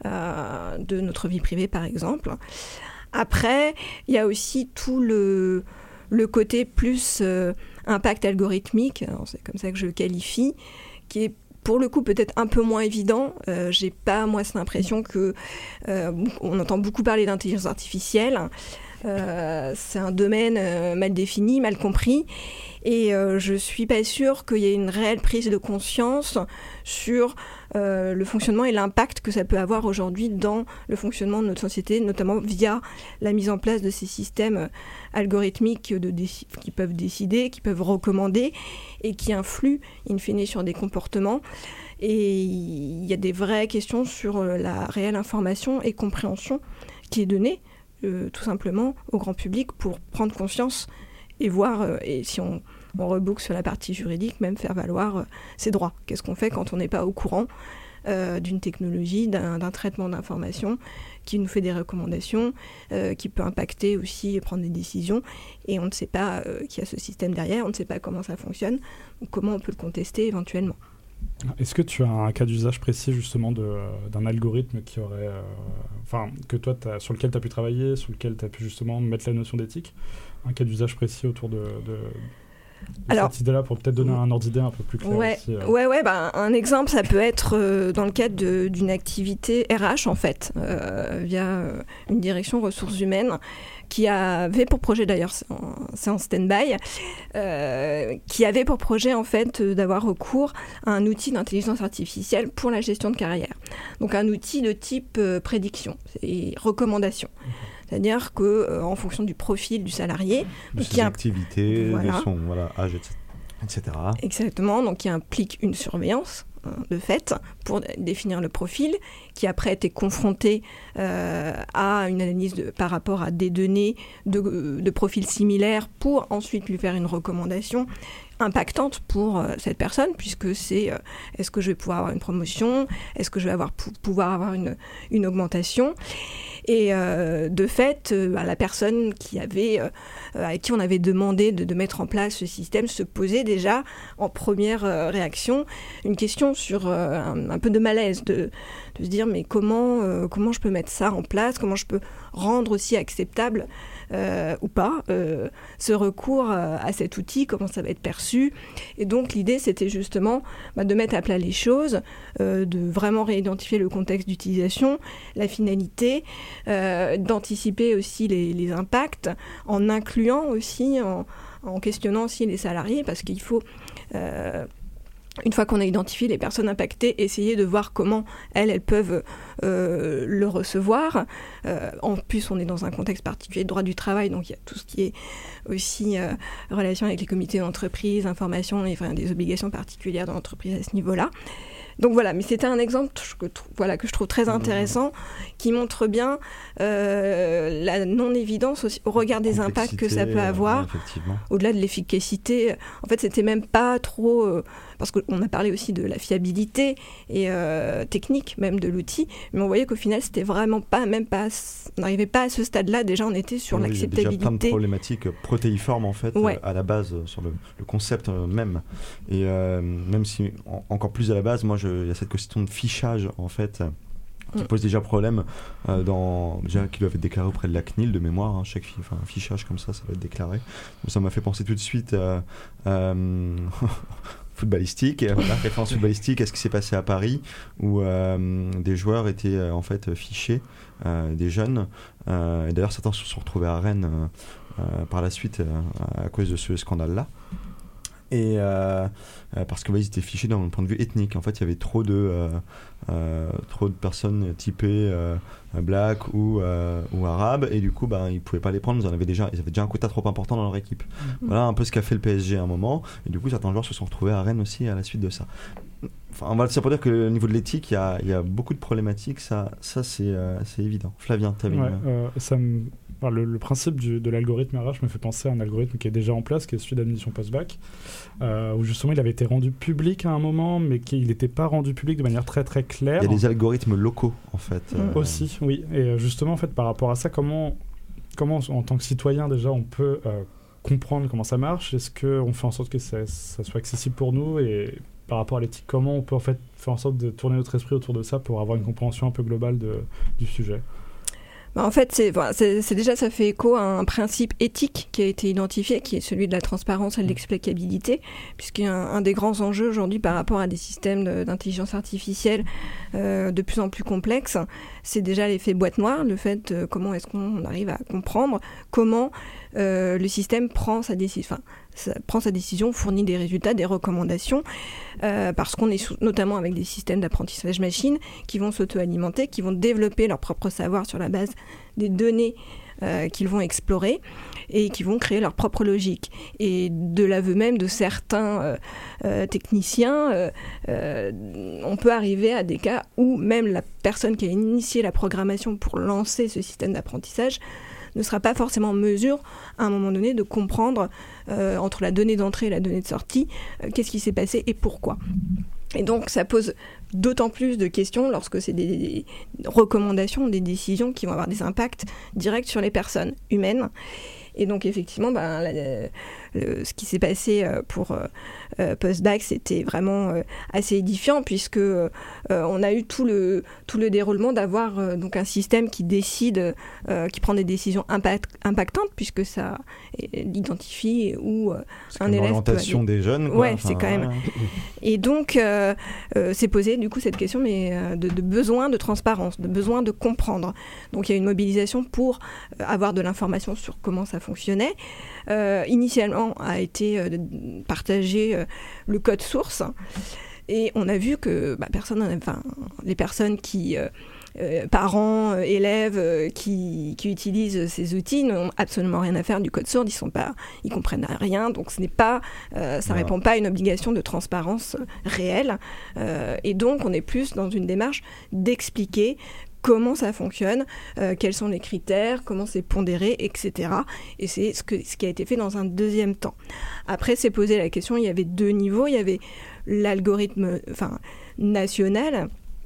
[SPEAKER 7] de notre vie privée par exemple. Après, il y a aussi tout le côté plus impact algorithmique, c'est comme ça que je le qualifie, qui est pour le coup peut-être un peu moins évident. J'ai pas moi cette impression que on entend beaucoup parler d'intelligence artificielle. C'est un domaine mal défini, mal compris, et je suis pas sûre qu'il y ait une réelle prise de conscience sur le fonctionnement et l'impact que ça peut avoir aujourd'hui dans le fonctionnement de notre société, notamment via la mise en place de ces systèmes algorithmiques qui peuvent décider, qui peuvent recommander et qui influent in fine sur des comportements. Et il y a des vraies questions sur la réelle information et compréhension qui est donnée tout simplement au grand public pour prendre conscience et voir, et si on reboucle sur la partie juridique, même faire valoir ses droits. Qu'est-ce qu'on fait quand on n'est pas au courant d'une technologie, d'un traitement d'information qui nous fait des recommandations, qui peut impacter aussi et prendre des décisions, et on ne sait pas qu'il y a ce système derrière, on ne sait pas comment ça fonctionne, donc comment on peut le contester éventuellement.
[SPEAKER 4] Est-ce que tu as un cas d'usage précis justement d'un algorithme qui aurait, que toi sur lequel tu as pu travailler, sur lequel tu as pu justement mettre la notion d'éthique, un cas d'usage précis autour de cette idée-là pour peut-être donner un ordre d'idée un peu plus clair aussi,
[SPEAKER 7] un exemple, ça peut être dans le cadre d'une activité RH en fait, via une direction ressources humaines qui avait pour projet, d'ailleurs c'est en stand-by, qui avait pour projet en fait d'avoir recours à un outil d'intelligence artificielle pour la gestion de carrière. Donc un outil de type prédiction et recommandation. C'est-à-dire qu'en fonction du profil du salarié,
[SPEAKER 2] de ses activités, de son âge, etc.
[SPEAKER 7] Exactement, donc qui implique une surveillance de fait pour définir le profil, qui après été confronté à une analyse par rapport à des données de profils similaires pour ensuite lui faire une recommandation impactante pour cette personne, puisque c'est est-ce que je vais pouvoir avoir une promotion, est-ce que je vais pouvoir avoir une augmentation. Et de fait, la personne à qui on avait demandé de mettre en place ce système se posait déjà en première réaction une question sur un peu de malaise, de se dire mais comment je peux mettre ça en place, comment je peux rendre aussi acceptable ou pas ce recours à cet outil, comment ça va être perçu. Et donc l'idée c'était justement de mettre à plat les choses, de vraiment réidentifier le contexte d'utilisation, la finalité, d'anticiper aussi les impacts, en incluant aussi, en questionnant aussi les salariés, parce qu'il faut... une fois qu'on a identifié les personnes impactées, essayer de voir comment elles peuvent le recevoir. En plus, on est dans un contexte particulier de droit du travail, donc il y a tout ce qui est aussi relation avec les comités d'entreprise, information, et des obligations particulières dans l'entreprise à ce niveau-là. Donc voilà, mais c'était un exemple que je trouve très intéressant, qui montre bien la non-évidence aussi, au regard des impacts que ça peut avoir, au-delà de l'efficacité. En fait, c'était même pas trop... parce qu'on a parlé aussi de la fiabilité et technique même de l'outil, mais on voyait qu'au final, c'était vraiment pas... on n'arrivait pas à ce stade-là. Déjà, on était sur l'acceptabilité.
[SPEAKER 2] Il y a déjà plein de problématiques protéiformes, en fait, à la base, sur le concept même. Et même si, encore plus à la base, moi, il y a cette question de fichage, en fait, qui pose déjà problème, déjà qu'ils doivent être déclarés auprès de la CNIL de mémoire, un fichage comme ça va être déclaré. Donc, ça m'a fait penser tout de suite footballistique, référence footballistique à ce qui s'est passé à Paris, où des joueurs étaient en fait fichés, des jeunes, et d'ailleurs certains se sont retrouvés à Rennes par la suite à cause de ce scandale-là. Et parce qu'ils étaient fichés d'un point de vue ethnique. En fait, il y avait trop de personnes typées black ou arabes, et du coup, ils ne pouvaient pas les prendre. Ils avaient déjà un quota trop important dans leur équipe. Voilà un peu ce qu'a fait le PSG à un moment. Et du coup, certains joueurs se sont retrouvés à Rennes aussi à la suite de ça. Ça pour dire que au niveau de l'éthique, il y a beaucoup de problématiques. Ça c'est évident. Flavien, tu avais
[SPEAKER 4] le principe de l'algorithme RH me fait penser à un algorithme qui est déjà en place, qui est celui d'admission post-bac, où justement il avait été rendu public à un moment, mais qu'il n'était pas rendu public de manière très très claire.
[SPEAKER 2] Il y a des algorithmes locaux en fait.
[SPEAKER 4] Aussi, oui. Et justement en fait par rapport à ça, comment en tant que citoyen déjà on peut comprendre comment ça marche? Est-ce qu'on fait en sorte que ça soit accessible pour nous? Et par rapport à l'éthique, comment on peut en fait faire en sorte de tourner notre esprit autour de ça pour avoir une compréhension un peu globale du sujet?
[SPEAKER 7] En fait, c'est déjà, ça fait écho à un principe éthique qui a été identifié, qui est celui de la transparence et de l'explicabilité, puisqu'un des grands enjeux aujourd'hui par rapport à des systèmes d'intelligence artificielle de plus en plus complexes, c'est déjà l'effet boîte noire, le fait comment est-ce qu'on arrive à comprendre comment le système prend sa décision, fournit des résultats, des recommandations, parce qu'on est notamment avec des systèmes d'apprentissage machine qui vont s'auto-alimenter, qui vont développer leur propre savoir sur la base des données qu'ils vont explorer et qui vont créer leur propre logique. Et de l'aveu même de certains techniciens, on peut arriver à des cas où même la personne qui a initié la programmation pour lancer ce système d'apprentissage ne sera pas forcément en mesure, à un moment donné, de comprendre entre la donnée d'entrée et la donnée de sortie, qu'est-ce qui s'est passé et pourquoi. Et donc, ça pose d'autant plus de questions lorsque c'est des recommandations, des décisions qui vont avoir des impacts directs sur les personnes humaines. Et donc, effectivement, ce qui s'est passé pour Postbac, c'était vraiment assez édifiant, puisque on a eu tout le déroulement d'avoir donc un système qui décide, qui prend des décisions impactantes, puisque ça identifie où un élève
[SPEAKER 2] l'orientation des jeunes, quoi.
[SPEAKER 7] Ouais, c'est quand même. Et donc, c'est posé du coup cette question, mais de besoin de transparence, de besoin de comprendre. Donc, il y a une mobilisation pour avoir de l'information sur comment ça fonctionnait. Initialement a été partagé le code source, et on a vu que les personnes qui parents, élèves qui utilisent ces outils n'ont absolument rien à faire du code source, ils comprennent rien, donc ce n'est pas, ça répond pas à une obligation de transparence réelle, et donc on est plus dans une démarche d'expliquer comment ça fonctionne, quels sont les critères, comment c'est pondéré, etc. Et c'est ce qui a été fait dans un deuxième temps. Après, s'est posé la question, il y avait deux niveaux. Il y avait l'algorithme national,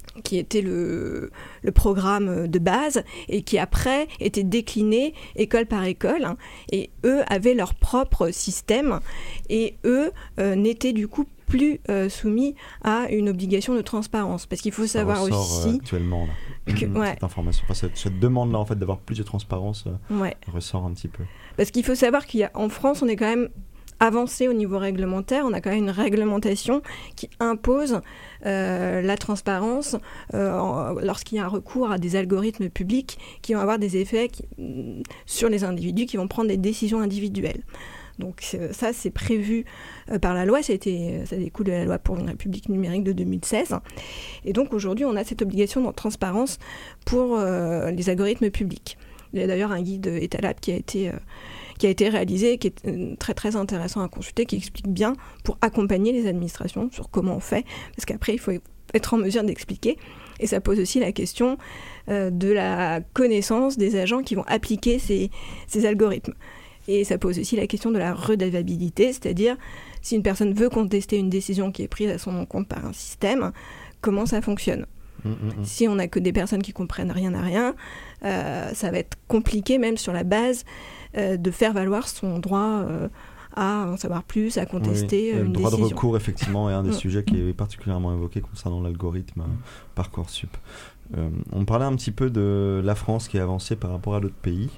[SPEAKER 7] qui était le programme de base et qui après était décliné école par école, hein, et eux avaient leur propre système et eux n'étaient du coup plus soumis à une obligation de transparence, parce qu'il faut savoir aussi
[SPEAKER 2] actuellement là, cette information, cette demande là en fait d'avoir plus de transparence ressort un petit peu,
[SPEAKER 7] parce qu'il faut savoir qu'en France on est quand même avancé au niveau réglementaire, on a quand même une réglementation qui impose la transparence lorsqu'il y a un recours à des algorithmes publics qui vont avoir des effets sur les individus qui vont prendre des décisions individuelles. Donc ça, c'est prévu par la loi, ça découle de la loi pour une république numérique de 2016. Et donc aujourd'hui, on a cette obligation de transparence pour les algorithmes publics. Il y a d'ailleurs un guide Etalab qui a été réalisé, qui est très très intéressant à consulter, qui explique bien pour accompagner les administrations sur comment on fait, parce qu'après il faut être en mesure d'expliquer, et ça pose aussi la question de la connaissance des agents qui vont appliquer ces algorithmes. Et ça pose aussi la question de la redevabilité, c'est-à-dire si une personne veut contester une décision qui est prise à son compte par un système, comment ça fonctionne. Si on n'a que des personnes qui comprennent rien à rien, ça va être compliqué même sur la base de faire valoir son droit à en savoir plus, à contester une décision.
[SPEAKER 2] Le droit de recours, effectivement, est un des sujets qui est particulièrement évoqué concernant l'algorithme Parcoursup. On parlait un petit peu de la France qui est avancée par rapport à d'autres pays.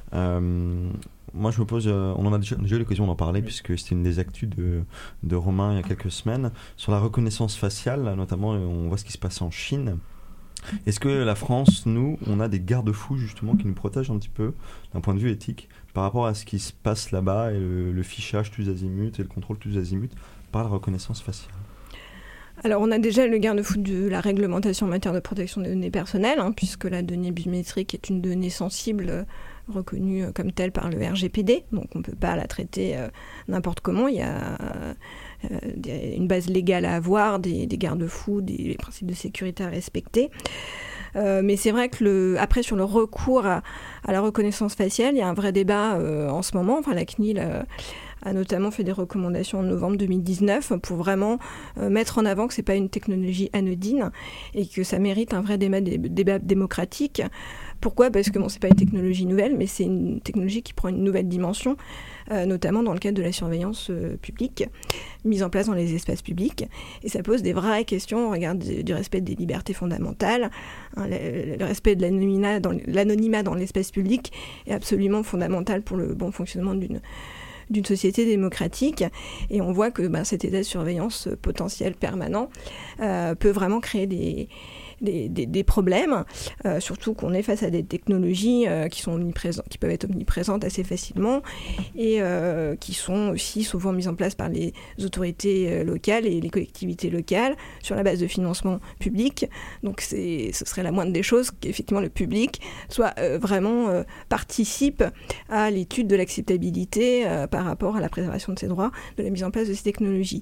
[SPEAKER 2] Moi, je me pose, on en a déjà eu l'occasion d'en parler, puisque c'était une des actus de Romain il y a quelques semaines, sur la reconnaissance faciale, notamment on voit ce qui se passe en Chine. Est-ce que la France, nous, on a des garde-fous justement qui nous protègent un petit peu d'un point de vue éthique par rapport à ce qui se passe là-bas et le fichage tous azimuts et le contrôle tous azimuts par la reconnaissance faciale?
[SPEAKER 7] Alors on a déjà le garde-fou de la réglementation en matière de protection des données personnelles, hein, puisque la donnée biométrique est une donnée sensible reconnue comme telle par le RGPD, donc on ne peut pas la traiter n'importe comment. Il y a une base légale à avoir, des garde-fous, des principes de sécurité à respecter. Mais c'est vrai que après sur le recours à la reconnaissance faciale, il y a un vrai débat en ce moment. Enfin, la CNIL a notamment fait des recommandations en novembre 2019 pour vraiment mettre en avant que ce n'est pas une technologie anodine et que ça mérite un vrai débat démocratique. Pourquoi ? Parce que c'est pas une technologie nouvelle, mais c'est une technologie qui prend une nouvelle dimension, notamment dans le cadre de la surveillance publique, mise en place dans les espaces publics. Et ça pose des vraies questions au regard du respect des libertés fondamentales. Hein, le respect de l'anonymat dans l'espace public est absolument fondamental pour le bon fonctionnement d'une société démocratique, et on voit que cet état de surveillance potentiel permanent peut vraiment créer des problèmes, surtout qu'on est face à des technologies qui peuvent être omniprésentes assez facilement et qui sont aussi souvent mises en place par les autorités locales et les collectivités locales sur la base de financement public. Donc ce serait la moindre des choses qu'effectivement le public soit vraiment participe à l'étude de l'acceptabilité par rapport à la préservation de ses droits, de la mise en place de ces technologies.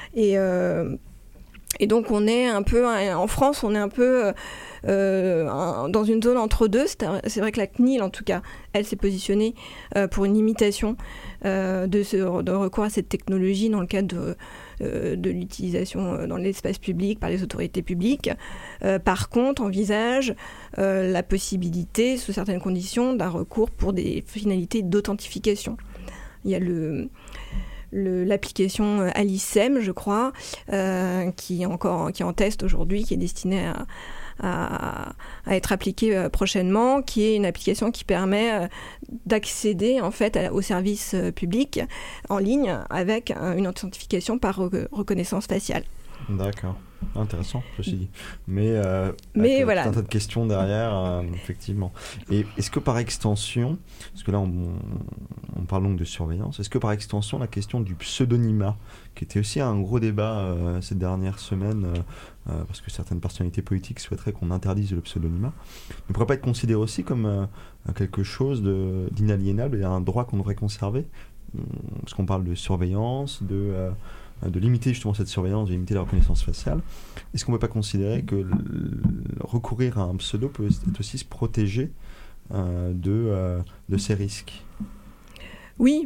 [SPEAKER 7] Et donc on est un peu, en France, on est un peu dans une zone entre deux. C'est vrai que la CNIL, en tout cas, elle s'est positionnée pour une limitation de recours à cette technologie dans le cadre de l'utilisation dans l'espace public par les autorités publiques. Par contre, envisage la possibilité, sous certaines conditions, d'un recours pour des finalités d'authentification. Il y a l'application Alicem, je crois, qui est en test aujourd'hui, qui est destinée à être appliquée prochainement, qui est une application qui permet d'accéder en fait aux services publics en ligne avec une authentification par reconnaissance faciale.
[SPEAKER 2] D'accord. Intéressant, ceci dit. Mais
[SPEAKER 7] voilà.
[SPEAKER 2] Un tas de questions derrière, effectivement. Et est-ce que par extension, parce que là on parle donc de surveillance, est-ce que par extension la question du pseudonymat, qui était aussi un gros débat ces dernières semaines, parce que certaines personnalités politiques souhaiteraient qu'on interdise le pseudonymat, ne pourrait pas être considéré aussi comme quelque chose d'inaliénable et un droit qu'on devrait conserver, parce qu'on parle de surveillance, de limiter justement cette surveillance, de limiter la reconnaissance faciale. Est-ce qu'on ne peut pas considérer que recourir à un pseudo peut être aussi se protéger de ces risques ?
[SPEAKER 7] Oui,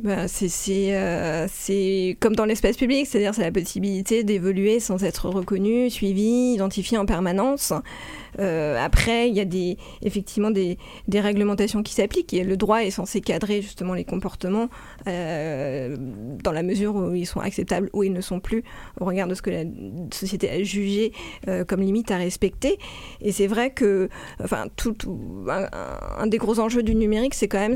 [SPEAKER 7] c'est comme dans l'espace public, c'est-à-dire c'est la possibilité d'évoluer sans être reconnu, suivi, identifié en permanence. Après, il y a effectivement des réglementations qui s'appliquent et le droit est censé cadrer justement les comportements dans la mesure où ils sont acceptables ou ils ne sont plus au regard de ce que la société a jugé comme limite à respecter. Et c'est vrai que un des gros enjeux du numérique, c'est quand même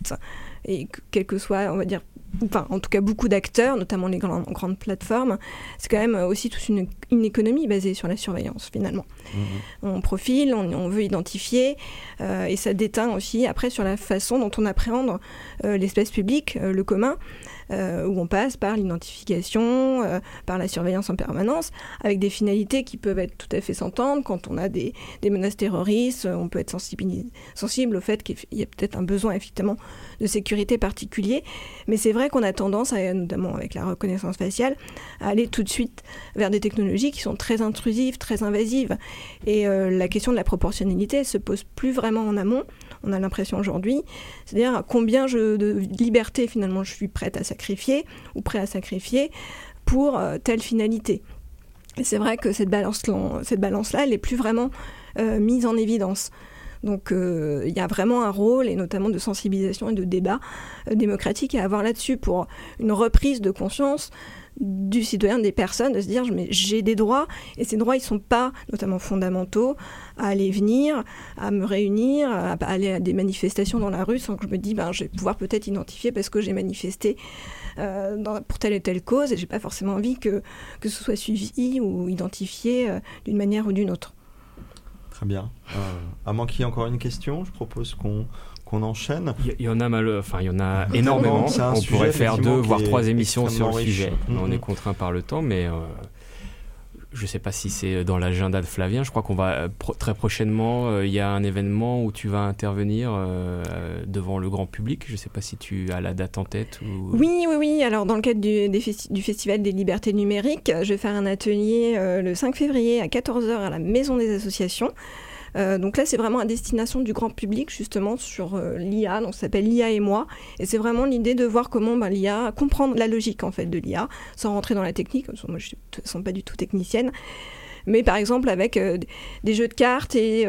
[SPEAKER 7] et quel que soit, on va dire, en tout cas beaucoup d'acteurs, notamment les grandes plateformes, c'est quand même aussi toute une économie basée sur la surveillance finalement. On profile, on veut identifier et ça déteint aussi après sur la façon dont on appréhende l'espace public, le commun, où on passe par l'identification, par la surveillance en permanence, avec des finalités qui peuvent être tout à fait s'entendre. Quand on a des menaces terroristes, on peut être sensible au fait qu'il y a peut-être un besoin effectivement de sécurité particulier, mais c'est vrai qu'on a tendance, notamment avec la reconnaissance faciale, à aller tout de suite vers des technologies qui sont très intrusives, très invasives, et la question de la proportionnalité, elle se pose plus vraiment en amont. On a l'impression aujourd'hui, c'est-à-dire combien de liberté finalement je suis prête à sacrifier ou prêt à sacrifier pour telle finalité. Et c'est vrai que cette balance-là, elle n'est plus vraiment mise en évidence. Donc il y a vraiment un rôle, et notamment de sensibilisation et de débat démocratique à avoir là-dessus pour une reprise de conscience du citoyen, des personnes, de se dire mais j'ai des droits, et ces droits ils sont pas notamment fondamentaux à aller venir, à me réunir, à aller à des manifestations dans la rue sans que je me dise je vais pouvoir peut-être identifier parce que j'ai manifesté pour telle et telle cause, et j'ai pas forcément envie que ce soit suivi ou identifié d'une manière ou d'une autre.
[SPEAKER 2] Très bien. À moins qu'il y ait encore une question, je propose qu'on enchaîne.
[SPEAKER 3] Il y en a énormément. On pourrait faire 2 voire 3 émissions sur le sujet. On est contraint par le temps, mais je ne sais pas si c'est dans l'agenda de Flavien. Je crois qu'on va très prochainement, il y a un événement où tu vas intervenir devant le grand public. Je ne sais pas si tu as la date en tête. Ou...
[SPEAKER 7] Oui. Alors, dans le cadre du Festival des libertés numériques, je vais faire un atelier le 5 février à 14h à la Maison des associations. Donc là, c'est vraiment à destination du grand public, justement, sur l'IA. Donc ça s'appelle l'IA et moi. Et c'est vraiment l'idée de voir comment l'IA, comprendre la logique, en fait, de l'IA, sans rentrer dans la technique. Moi, je ne suis de toute façon pas du tout technicienne. Mais par exemple, avec des jeux de cartes et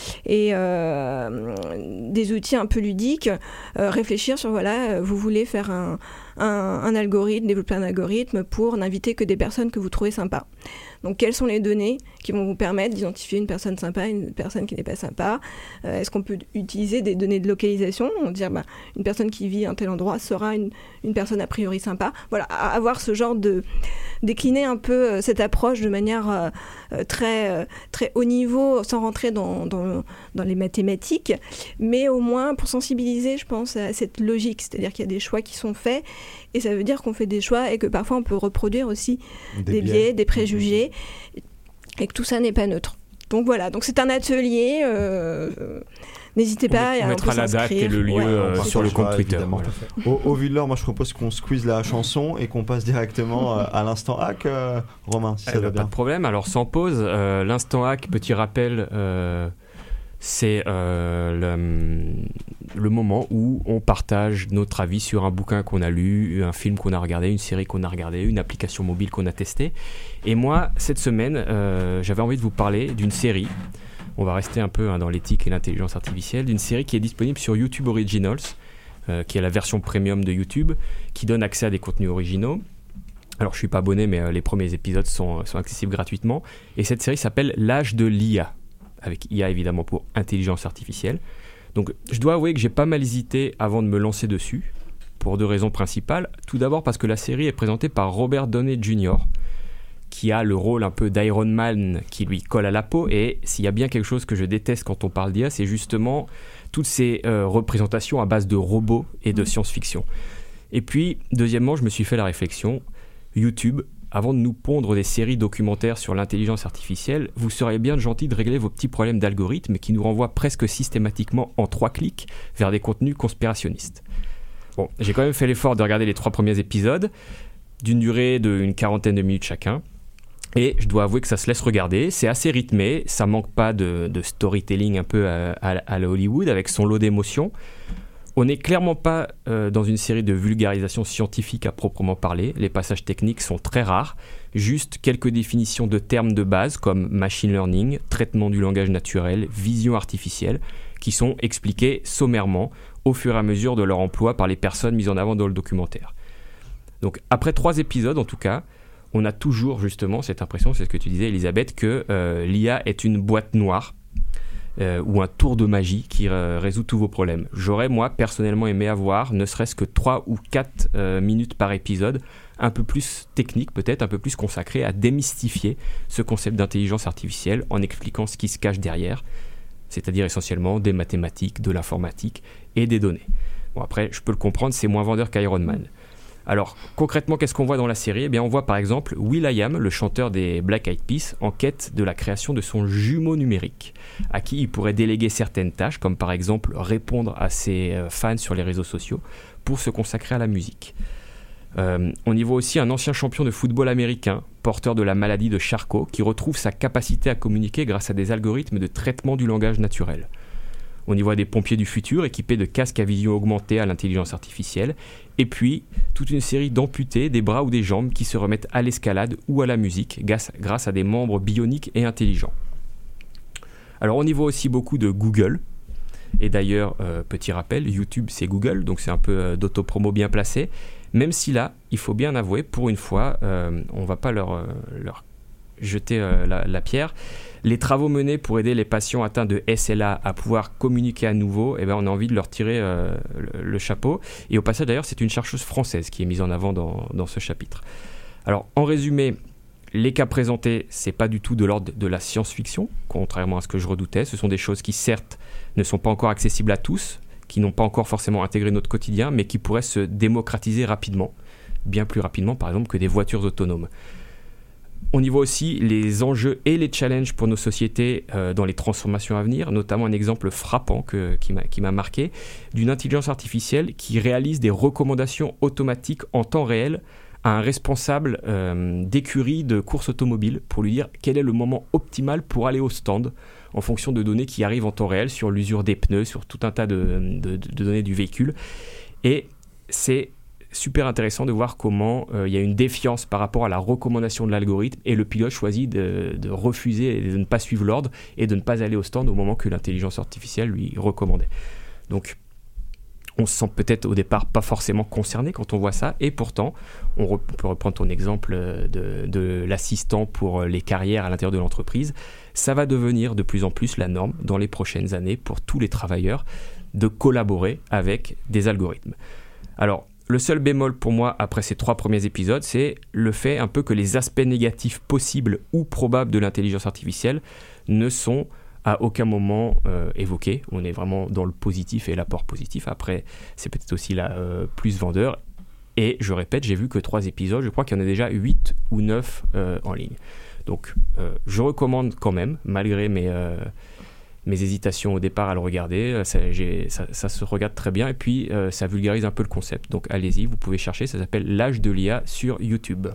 [SPEAKER 7] des outils un peu ludiques, réfléchir sur, vous voulez faire un algorithme, développer un algorithme pour n'inviter que des personnes que vous trouvez sympas. Donc, quelles sont les données qui vont vous permettre d'identifier une personne sympa et une personne qui n'est pas sympa ? Est-ce qu'on peut utiliser des données de localisation ? On dire, une personne qui vit à un tel endroit sera une personne a priori sympa. Voilà, avoir ce genre de... décliner un peu cette approche de manière très, très haut niveau, sans rentrer dans les mathématiques, mais au moins pour sensibiliser, je pense, à cette logique. C'est-à-dire qu'il y a des choix qui sont faits, et ça veut dire qu'on fait des choix et que parfois on peut reproduire aussi des biais, des préjugés, et que tout ça n'est pas neutre. Donc voilà, donc c'est un atelier, n'hésitez pas à
[SPEAKER 3] on mettra la date et le lieu sur le compte Twitter.
[SPEAKER 2] Voilà. Au vu de l'heure, moi je propose qu'on squeeze la chanson et qu'on passe directement à l'instant hack, Romain, si ça va bien.
[SPEAKER 3] Pas de problème, alors sans pause, l'instant hack, petit rappel, c'est le moment où on partage notre avis sur un bouquin qu'on a lu, un film qu'on a regardé, une série qu'on a regardée, une application mobile qu'on a testée. Et moi, cette semaine, j'avais envie de vous parler d'une série. On va rester un peu dans l'éthique et l'intelligence artificielle, d'une série qui est disponible sur YouTube Originals, qui est la version premium de YouTube, qui donne accès à des contenus originaux. Alors, je ne suis pas abonné, mais les premiers épisodes sont accessibles gratuitement. Et cette série s'appelle L'âge de l'IA, avec IA évidemment pour intelligence artificielle. Donc je dois avouer que j'ai pas mal hésité avant de me lancer dessus, pour 2 raisons principales. Tout d'abord parce que la série est présentée par Robert Downey Jr., qui a le rôle un peu d'Iron Man qui lui colle à la peau, et s'il y a bien quelque chose que je déteste quand on parle d'IA, c'est justement toutes ces représentations à base de robots et de science-fiction. Et puis, deuxièmement, je me suis fait la réflexion, YouTube, avant de nous pondre des séries documentaires sur l'intelligence artificielle, vous seriez bien gentil de régler vos petits problèmes d'algorithme qui nous renvoient presque systématiquement en 3 clics vers des contenus conspirationnistes. Bon, j'ai quand même fait l'effort de regarder les 3 premiers épisodes, d'une durée d'une 40aine de minutes chacun, et je dois avouer que ça se laisse regarder, c'est assez rythmé, ça manque pas de storytelling un peu à la Hollywood, avec son lot d'émotions. On n'est clairement pas dans une série de vulgarisation scientifique à proprement parler. Les passages techniques sont très rares. Juste quelques définitions de termes de base comme machine learning, traitement du langage naturel, vision artificielle, qui sont expliqués sommairement au fur et à mesure de leur emploi par les personnes mises en avant dans le documentaire. Donc après 3 épisodes en tout cas, on a toujours justement cette impression, c'est ce que tu disais Elisabeth, que l'IA est une boîte noire ou un tour de magie qui résout tous vos problèmes. J'aurais moi personnellement aimé avoir ne serait-ce que 3 ou 4 minutes par épisode, un peu plus technique peut-être, un peu plus consacré à démystifier ce concept d'intelligence artificielle en expliquant ce qui se cache derrière, c'est-à-dire essentiellement des mathématiques, de l'informatique et des données. Bon après, je peux le comprendre, c'est moins vendeur qu'Iron Man. Alors, concrètement, qu'est-ce qu'on voit dans la série ? Eh bien, on voit par exemple will.i.am, le chanteur des Black Eyed Peas, en quête de la création de son jumeau numérique, à qui il pourrait déléguer certaines tâches, comme par exemple répondre à ses fans sur les réseaux sociaux, pour se consacrer à la musique. On y voit aussi un ancien champion de football américain, porteur de la maladie de Charcot, qui retrouve sa capacité à communiquer grâce à des algorithmes de traitement du langage naturel. On y voit des pompiers du futur équipés de casques à vision augmentée à l'intelligence artificielle, et puis toute une série d'amputés, des bras ou des jambes qui se remettent à l'escalade ou à la musique grâce à des membres bioniques et intelligents. Alors on y voit aussi beaucoup de Google, et d'ailleurs, petit rappel, YouTube c'est Google, donc c'est un peu d'autopromo bien placé, même si là, il faut bien avouer, pour une fois, on ne va pas leur jeter la pierre. Les travaux menés pour aider les patients atteints de SLA à pouvoir communiquer à nouveau, eh ben, on a envie de leur tirer le chapeau. Et au passage, d'ailleurs, c'est une chercheuse française qui est mise en avant dans ce chapitre. Alors, en résumé, les cas présentés, c'est pas du tout de l'ordre de la science-fiction, contrairement à ce que je redoutais. Ce sont des choses qui, certes, ne sont pas encore accessibles à tous, qui n'ont pas encore forcément intégré notre quotidien, mais qui pourraient se démocratiser rapidement, bien plus rapidement, par exemple, que des voitures autonomes. On y voit aussi les enjeux et les challenges pour nos sociétés dans les transformations à venir, notamment un exemple frappant qui m'a marqué, d'une intelligence artificielle qui réalise des recommandations automatiques en temps réel à un responsable d'écurie de course automobile pour lui dire quel est le moment optimal pour aller au stand en fonction de données qui arrivent en temps réel sur l'usure des pneus, sur tout un tas de données du véhicule. Et c'est super intéressant de voir comment il y a une défiance par rapport à la recommandation de l'algorithme et le pilote choisit de refuser et de ne pas suivre l'ordre et de ne pas aller au stand au moment que l'intelligence artificielle lui recommandait. Donc on se sent peut-être au départ pas forcément concerné quand on voit ça, et pourtant on peut reprendre ton exemple de l'assistant pour les carrières à l'intérieur de l'entreprise. Ça va devenir de plus en plus la norme dans les prochaines années pour tous les travailleurs de collaborer avec des algorithmes. Alors le seul bémol pour moi après ces 3 premiers épisodes, c'est le fait un peu que les aspects négatifs possibles ou probables de l'intelligence artificielle ne sont à aucun moment évoqués. On est vraiment dans le positif et l'apport positif. Après, c'est peut-être aussi là plus vendeur. Et je répète, j'ai vu que 3 épisodes, je crois qu'il y en a déjà 8 ou 9 en ligne. Donc je recommande quand même, malgré mes hésitations au départ à le regarder, ça se regarde très bien et puis ça vulgarise un peu le concept. Donc allez-y, vous pouvez chercher, ça s'appelle L'âge de l'IA sur YouTube.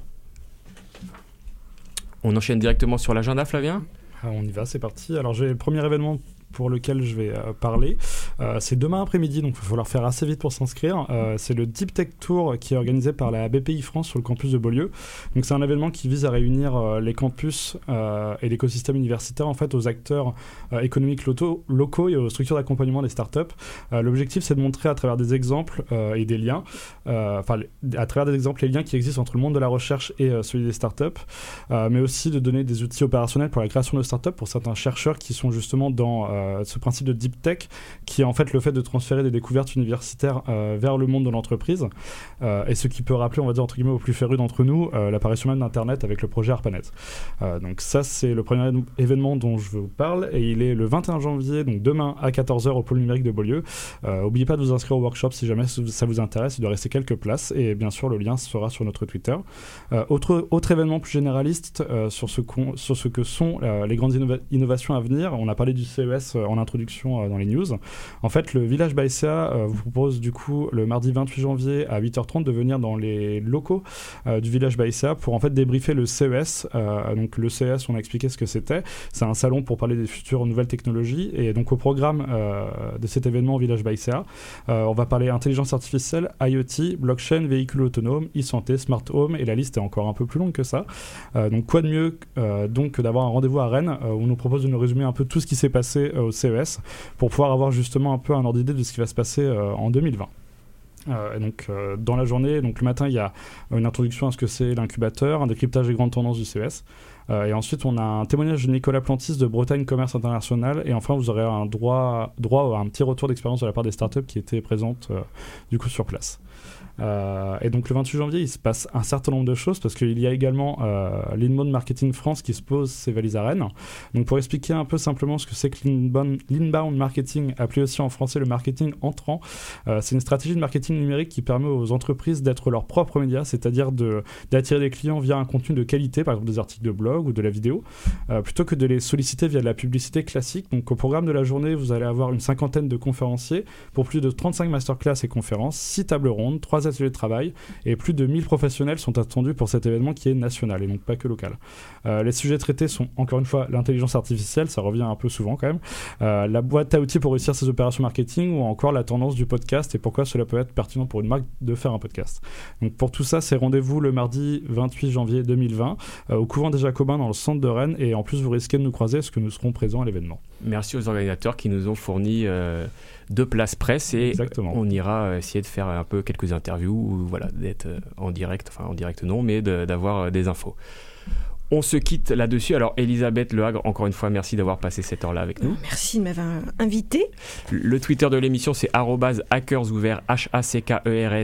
[SPEAKER 3] On enchaîne directement sur l'agenda, Flavien ?
[SPEAKER 4] On y va, c'est parti. Alors j'ai le premier événement pour lequel je vais parler. C'est demain après-midi, donc il va falloir faire assez vite pour s'inscrire. C'est le Deep Tech Tour qui est organisé par la BPI France sur le campus de Beaulieu. Donc c'est un événement qui vise à réunir les campus et l'écosystème universitaire en fait, aux acteurs économiques locaux et aux structures d'accompagnement des startups. L'objectif, c'est de montrer à travers des exemples et des liens, à travers des exemples, les liens qui existent entre le monde de la recherche et celui des startups, mais aussi de donner des outils opérationnels pour la création de startups pour certains chercheurs qui sont justement dans ce principe de deep tech qui est en fait le fait de transférer des découvertes universitaires vers le monde de l'entreprise et ce qui peut rappeler, on va dire entre guillemets aux plus férus d'entre nous, l'apparition même d'Internet avec le projet ARPANET. Donc ça c'est le premier événement dont je vous parle et il est le 21 janvier, donc demain à 14h au pôle numérique de Beaulieu. N'oubliez pas de vous inscrire au workshop si jamais ça vous intéresse, il doit rester quelques places et bien sûr le lien sera sur notre Twitter. Autre événement plus généraliste sur ce que sont les grandes innovations à venir, on a parlé du CES en introduction dans les news. En fait, le Village Baïséa vous propose du coup le mardi 28 janvier à 8h30 de venir dans les locaux du Village Baïséa pour en fait débriefer le CES. Donc le CES, on a expliqué ce que c'était. C'est un salon pour parler des futures nouvelles technologies. Et donc au programme de cet événement au Village Baïséa, on va parler intelligence artificielle, IoT, blockchain, véhicules autonomes, e-santé, smart home, et la liste est encore un peu plus longue que ça. Donc quoi de mieux donc que d'avoir un rendez-vous à Rennes où on nous propose de nous résumer un peu tout ce qui s'est passé au CES pour pouvoir avoir justement un peu un ordre d'idée de ce qui va se passer en 2020. Et donc dans la journée, donc le matin il y a une introduction à ce que c'est l'incubateur, un décryptage des grandes tendances du CES, et ensuite on a un témoignage de Nicolas Plantis de Bretagne Commerce International, et enfin vous aurez un droit à un petit retour d'expérience de la part des startups qui étaient présentes du coup sur place. Et donc le 28 janvier il se passe un certain nombre de choses parce qu'il y a également l'Inbound Marketing France qui se pose ses valises à Rennes. Donc pour expliquer un peu simplement ce que c'est que l'Inbound Marketing, appelé aussi en français le marketing entrant, c'est une stratégie de marketing numérique qui permet aux entreprises d'être leurs propres médias, c'est-à-dire d'attirer des clients via un contenu de qualité, par exemple des articles de blog ou de la vidéo, plutôt que de les solliciter via de la publicité classique. Donc au programme de la journée vous allez avoir une 50aine de conférenciers pour plus de 35 masterclass et conférences, 6 tables rondes, 3 ateliers de travail, et plus de 1000 professionnels sont attendus pour cet événement qui est national et donc pas que local. Les sujets traités sont encore une fois l'intelligence artificielle, ça revient un peu souvent quand même, la boîte à outils pour réussir ses opérations marketing, ou encore la tendance du podcast et pourquoi cela peut être pertinent pour une marque de faire un podcast. Donc pour tout ça, c'est rendez-vous le mardi 28 janvier 2020 au couvent des Jacobins dans le centre de Rennes, et en plus vous risquez de nous croiser parce que nous serons présents à l'événement.
[SPEAKER 3] Merci aux organisateurs qui nous ont fourni 2 places presse, et
[SPEAKER 4] exactement.
[SPEAKER 3] On ira essayer de faire un peu quelques interviews, ou voilà, d'être en direct, enfin en direct non, mais d'avoir des infos. On se quitte là-dessus. Alors Elisabeth Lehagre, encore une fois, merci d'avoir passé cette heure-là avec nous.
[SPEAKER 7] Merci de m'avoir invité.
[SPEAKER 3] Le Twitter de l'émission, c'est @hackersouverts,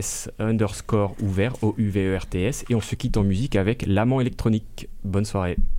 [SPEAKER 3] HACKERS_ouvert, OUVERTS, et on se quitte en musique avec L'Amant électronique. Bonne soirée.